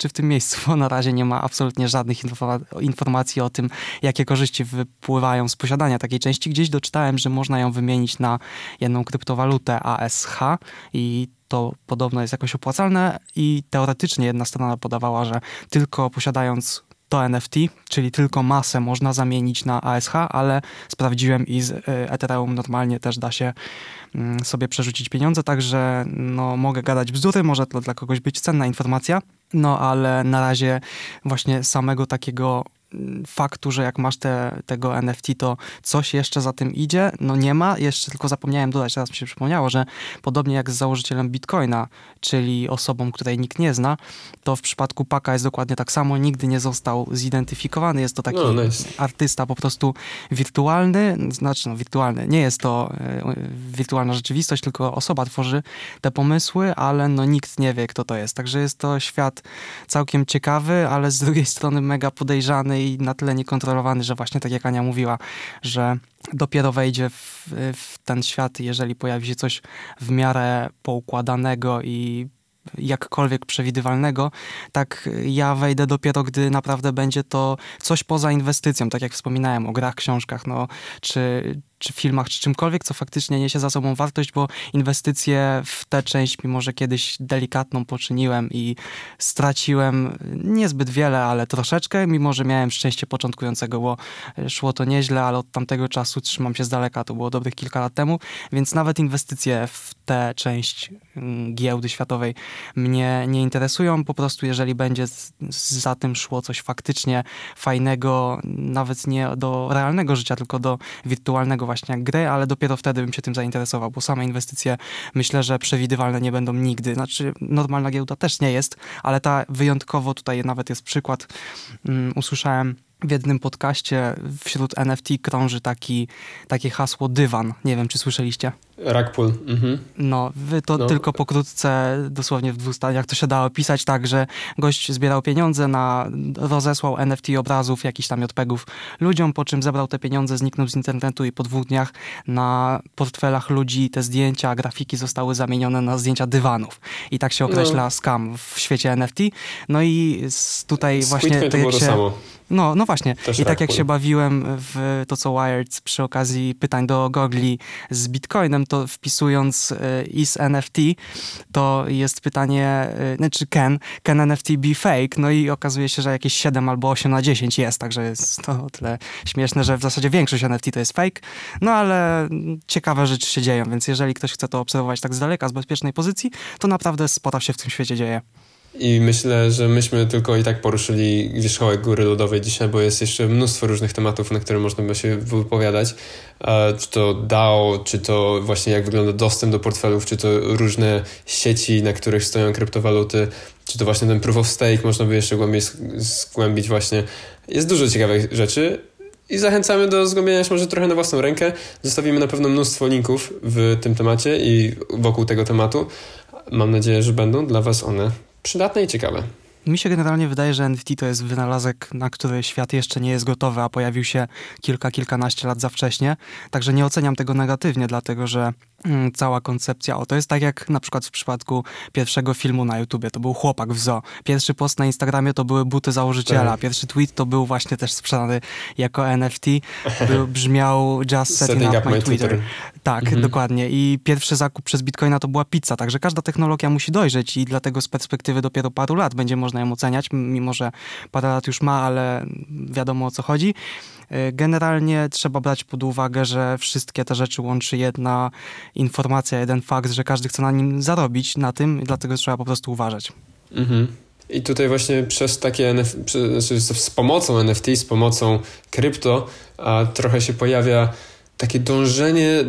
w tym miejscu, bo na razie nie ma absolutnie żadnych informa- informacji o tym, jakie korzyści wypływają z posiadania takiej części. Gdzieś doczytałem, że można ją wymienić na jedną kryptowalutę A S H i to podobno jest jakoś opłacalne i teoretycznie jedna strona podawała, że tylko posiadając to N F T, czyli tylko masę można zamienić na A S H, ale sprawdziłem i z Ethereum normalnie też da się sobie przerzucić pieniądze, także no, mogę gadać bzdury, może to dla kogoś być cenna informacja, no ale na razie właśnie samego takiego faktu, że jak masz te, tego N F T, to coś jeszcze za tym idzie, no nie ma. Jeszcze tylko zapomniałem dodać, teraz mi się przypomniało, że podobnie jak z założycielem Bitcoina, czyli osobą, której nikt nie zna, to w przypadku Paka jest dokładnie tak samo, nigdy nie został zidentyfikowany. Jest to taki no, nice. artysta po prostu wirtualny, znaczy no wirtualny, nie jest to y, wirtualna rzeczywistość, tylko osoba tworzy te pomysły, ale no nikt nie wie, kto to jest. Także jest to świat całkiem ciekawy, ale z drugiej strony mega podejrzany i na tyle niekontrolowany, że właśnie tak jak Ania mówiła, że dopiero wejdzie w, w ten świat, jeżeli pojawi się coś w miarę poukładanego i jakkolwiek przewidywalnego, tak ja wejdę dopiero, gdy naprawdę będzie to coś poza inwestycją, tak jak wspominałem o grach, książkach, no, czy, czy filmach, czy czymkolwiek, co faktycznie niesie za sobą wartość, bo inwestycje w tę część, mimo że kiedyś delikatną poczyniłem i straciłem niezbyt wiele, ale troszeczkę, mimo że miałem szczęście początkującego, bo szło to nieźle, ale od tamtego czasu trzymam się z daleka, to było dobrych kilka lat temu, więc nawet inwestycje w tę część giełdy światowej mnie nie interesują, po prostu jeżeli będzie z, za tym szło coś faktycznie fajnego, nawet nie do realnego życia, tylko do wirtualnego właśnie jak gry, ale dopiero wtedy bym się tym zainteresował, bo same inwestycje myślę, że przewidywalne nie będą nigdy. Znaczy normalna giełda też nie jest, ale ta wyjątkowo, tutaj nawet jest przykład, um, usłyszałem w jednym podcaście wśród N F T krąży taki, takie hasło dywan. Nie wiem, czy słyszeliście? Rug pull. Mhm. No, wy to no. tylko pokrótce, dosłownie w dwóch zdaniach to się da opisać tak, że gość zbierał pieniądze na, rozesłał N F T obrazów, jakichś tam JPEGów ludziom, po czym zebrał te pieniądze, zniknął z internetu i po dwóch dniach na portfelach ludzi te zdjęcia, grafiki zostały zamienione na zdjęcia dywanów. I tak się określa no. scam w świecie N F T. No i z tutaj z właśnie... to było się, to samo. No, no właśnie. Też I tak jak pull. się bawiłem w to, co Wired przy okazji pytań do Gogli z Bitcoinem, to wpisując y, is N F T, to jest pytanie, y, znaczy can, can N F T be fake? No i okazuje się, że jakieś siedem albo osiem na dziesięć jest, także jest to o tyle śmieszne, że w zasadzie większość N F T to jest fake, no ale ciekawe rzeczy się dzieją, więc jeżeli ktoś chce to obserwować tak z daleka, z bezpiecznej pozycji, to naprawdę sporo się w tym świecie dzieje. I myślę, że myśmy tylko i tak poruszyli wierzchołek góry lodowej dzisiaj, bo jest jeszcze mnóstwo różnych tematów, na które można by się wypowiadać. Czy to D A O, czy to właśnie jak wygląda dostęp do portfelów, czy to różne sieci, na których stoją kryptowaluty, czy to właśnie ten proof of stake, można by jeszcze głębiej zgłębić właśnie. Jest dużo ciekawych rzeczy i zachęcamy do zgłębienia się może trochę na własną rękę. Zostawimy na pewno mnóstwo linków w tym temacie i wokół tego tematu. Mam nadzieję, że będą dla was one przydatne i ciekawe. Mi się generalnie wydaje, że N F T to jest wynalazek, na który świat jeszcze nie jest gotowy, a pojawił się kilka, kilkanaście lat za wcześnie. Także nie oceniam tego negatywnie, dlatego że mm, cała koncepcja, o to jest tak jak na przykład w przypadku pierwszego filmu na YouTubie, to był chłopak w zoo. Pierwszy post na Instagramie to były buty założyciela. Tak. Pierwszy tweet to był właśnie też sprzedany jako N F T. Był, brzmiał just setting, setting up, up my Twitter. Twitter. Tak, mhm. dokładnie. I pierwszy zakup przez Bitcoina to była pizza. Także każda technologia musi dojrzeć i dlatego z perspektywy dopiero paru lat będzie można ją oceniać, mimo że parę lat już ma, ale wiadomo o co chodzi. Generalnie trzeba brać pod uwagę, że wszystkie te rzeczy łączy jedna informacja, jeden fakt, że każdy chce na nim zarobić, na tym, dlatego trzeba po prostu uważać. Mhm. I tutaj właśnie przez takie N F T, znaczy z pomocą N F T, z pomocą krypto, a trochę się pojawia takie dążenie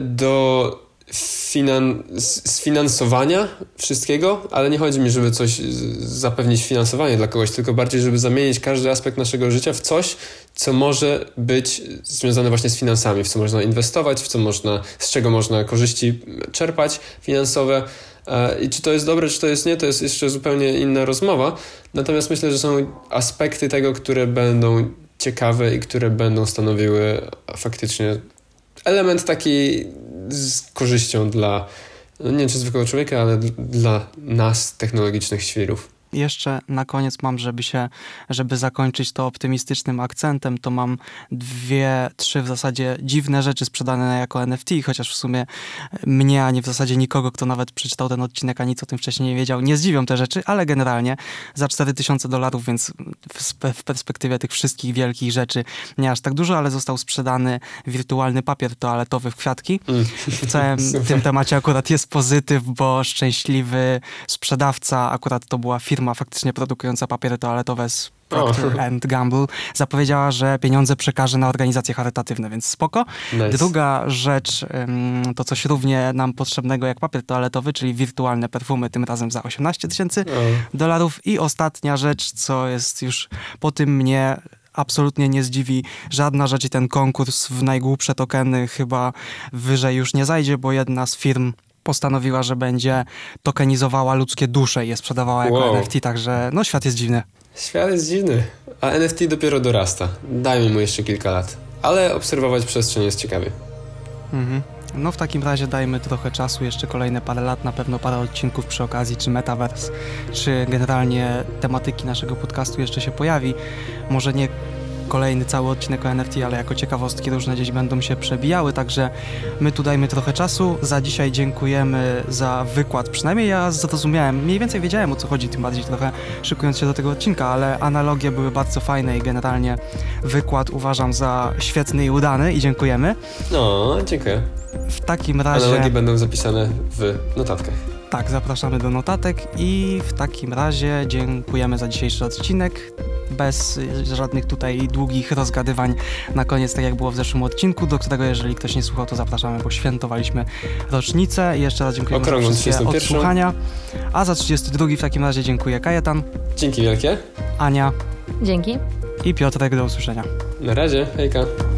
do finan- sfinansowania wszystkiego, ale nie chodzi mi, żeby coś zapewnić finansowanie dla kogoś, tylko bardziej, żeby zamienić każdy aspekt naszego życia w coś, co może być związane właśnie z finansami, w co można inwestować, w co można, z czego można korzyści czerpać finansowe. I czy to jest dobre, czy to jest nie, to jest jeszcze zupełnie inna rozmowa. Natomiast myślę, że są aspekty tego, które będą ciekawe i które będą stanowiły faktycznie element taki z korzyścią dla, no nie wiem czy zwykłego człowieka, ale dla nas, technologicznych świrów. Jeszcze na koniec mam, żeby się, żeby zakończyć to optymistycznym akcentem, to mam dwie, trzy w zasadzie dziwne rzeczy sprzedane jako N F T, chociaż w sumie mnie, ani w zasadzie nikogo, kto nawet przeczytał ten odcinek, a nic o tym wcześniej nie wiedział, nie zdziwią te rzeczy, ale generalnie za cztery tysiące dolarów, więc w, w perspektywie tych wszystkich wielkich rzeczy nie aż tak dużo, ale został sprzedany wirtualny papier toaletowy w kwiatki. Mm. W całym tym temacie akurat jest pozytyw, bo szczęśliwy sprzedawca, akurat to była firma faktycznie produkująca papiery toaletowe z Procter and Gamble, zapowiedziała, że pieniądze przekaże na organizacje charytatywne, więc spoko. Nice. Druga rzecz, to coś równie nam potrzebnego jak papier toaletowy, czyli wirtualne perfumy, tym razem za osiemnaście tysięcy dolarów. I ostatnia rzecz, co jest już po tym mnie absolutnie nie zdziwi żadna rzecz i ten konkurs w najgłupsze tokeny chyba wyżej już nie zajdzie, bo jedna z firm postanowiła, że będzie tokenizowała ludzkie dusze i je sprzedawała jako wow. N F T, także no świat jest dziwny. Świat jest dziwny, a N F T dopiero dorasta. Dajmy mu jeszcze kilka lat, ale obserwować przestrzeń jest ciekawie. Mhm. No w takim razie dajmy trochę czasu, jeszcze kolejne parę lat, na pewno parę odcinków przy okazji, czy Metaverse, czy generalnie tematyki naszego podcastu jeszcze się pojawi. Może nie kolejny cały odcinek o N F T, ale jako ciekawostki różne gdzieś będą się przebijały, także my tu dajmy trochę czasu. Za dzisiaj dziękujemy za wykład, przynajmniej ja zrozumiałem, mniej więcej wiedziałem o co chodzi, tym bardziej trochę szykując się do tego odcinka, ale analogie były bardzo fajne i generalnie wykład uważam za świetny i udany i dziękujemy. No, dziękuję. W takim razie... Analogie będą zapisane w notatkach. Tak, zapraszamy do notatek i w takim razie dziękujemy za dzisiejszy odcinek. Bez żadnych tutaj długich rozgadywań na koniec, tak jak było w zeszłym odcinku, do którego jeżeli ktoś nie słuchał, to zapraszamy, bo świętowaliśmy rocznicę. I jeszcze raz dziękujemy Okrągłą za wszystkie odsłuchania. A za trzydziesty drugi w takim razie dziękuję Kajetan. Dzięki wielkie. Ania. Dzięki. I Piotrek, do usłyszenia. Na razie, hejka.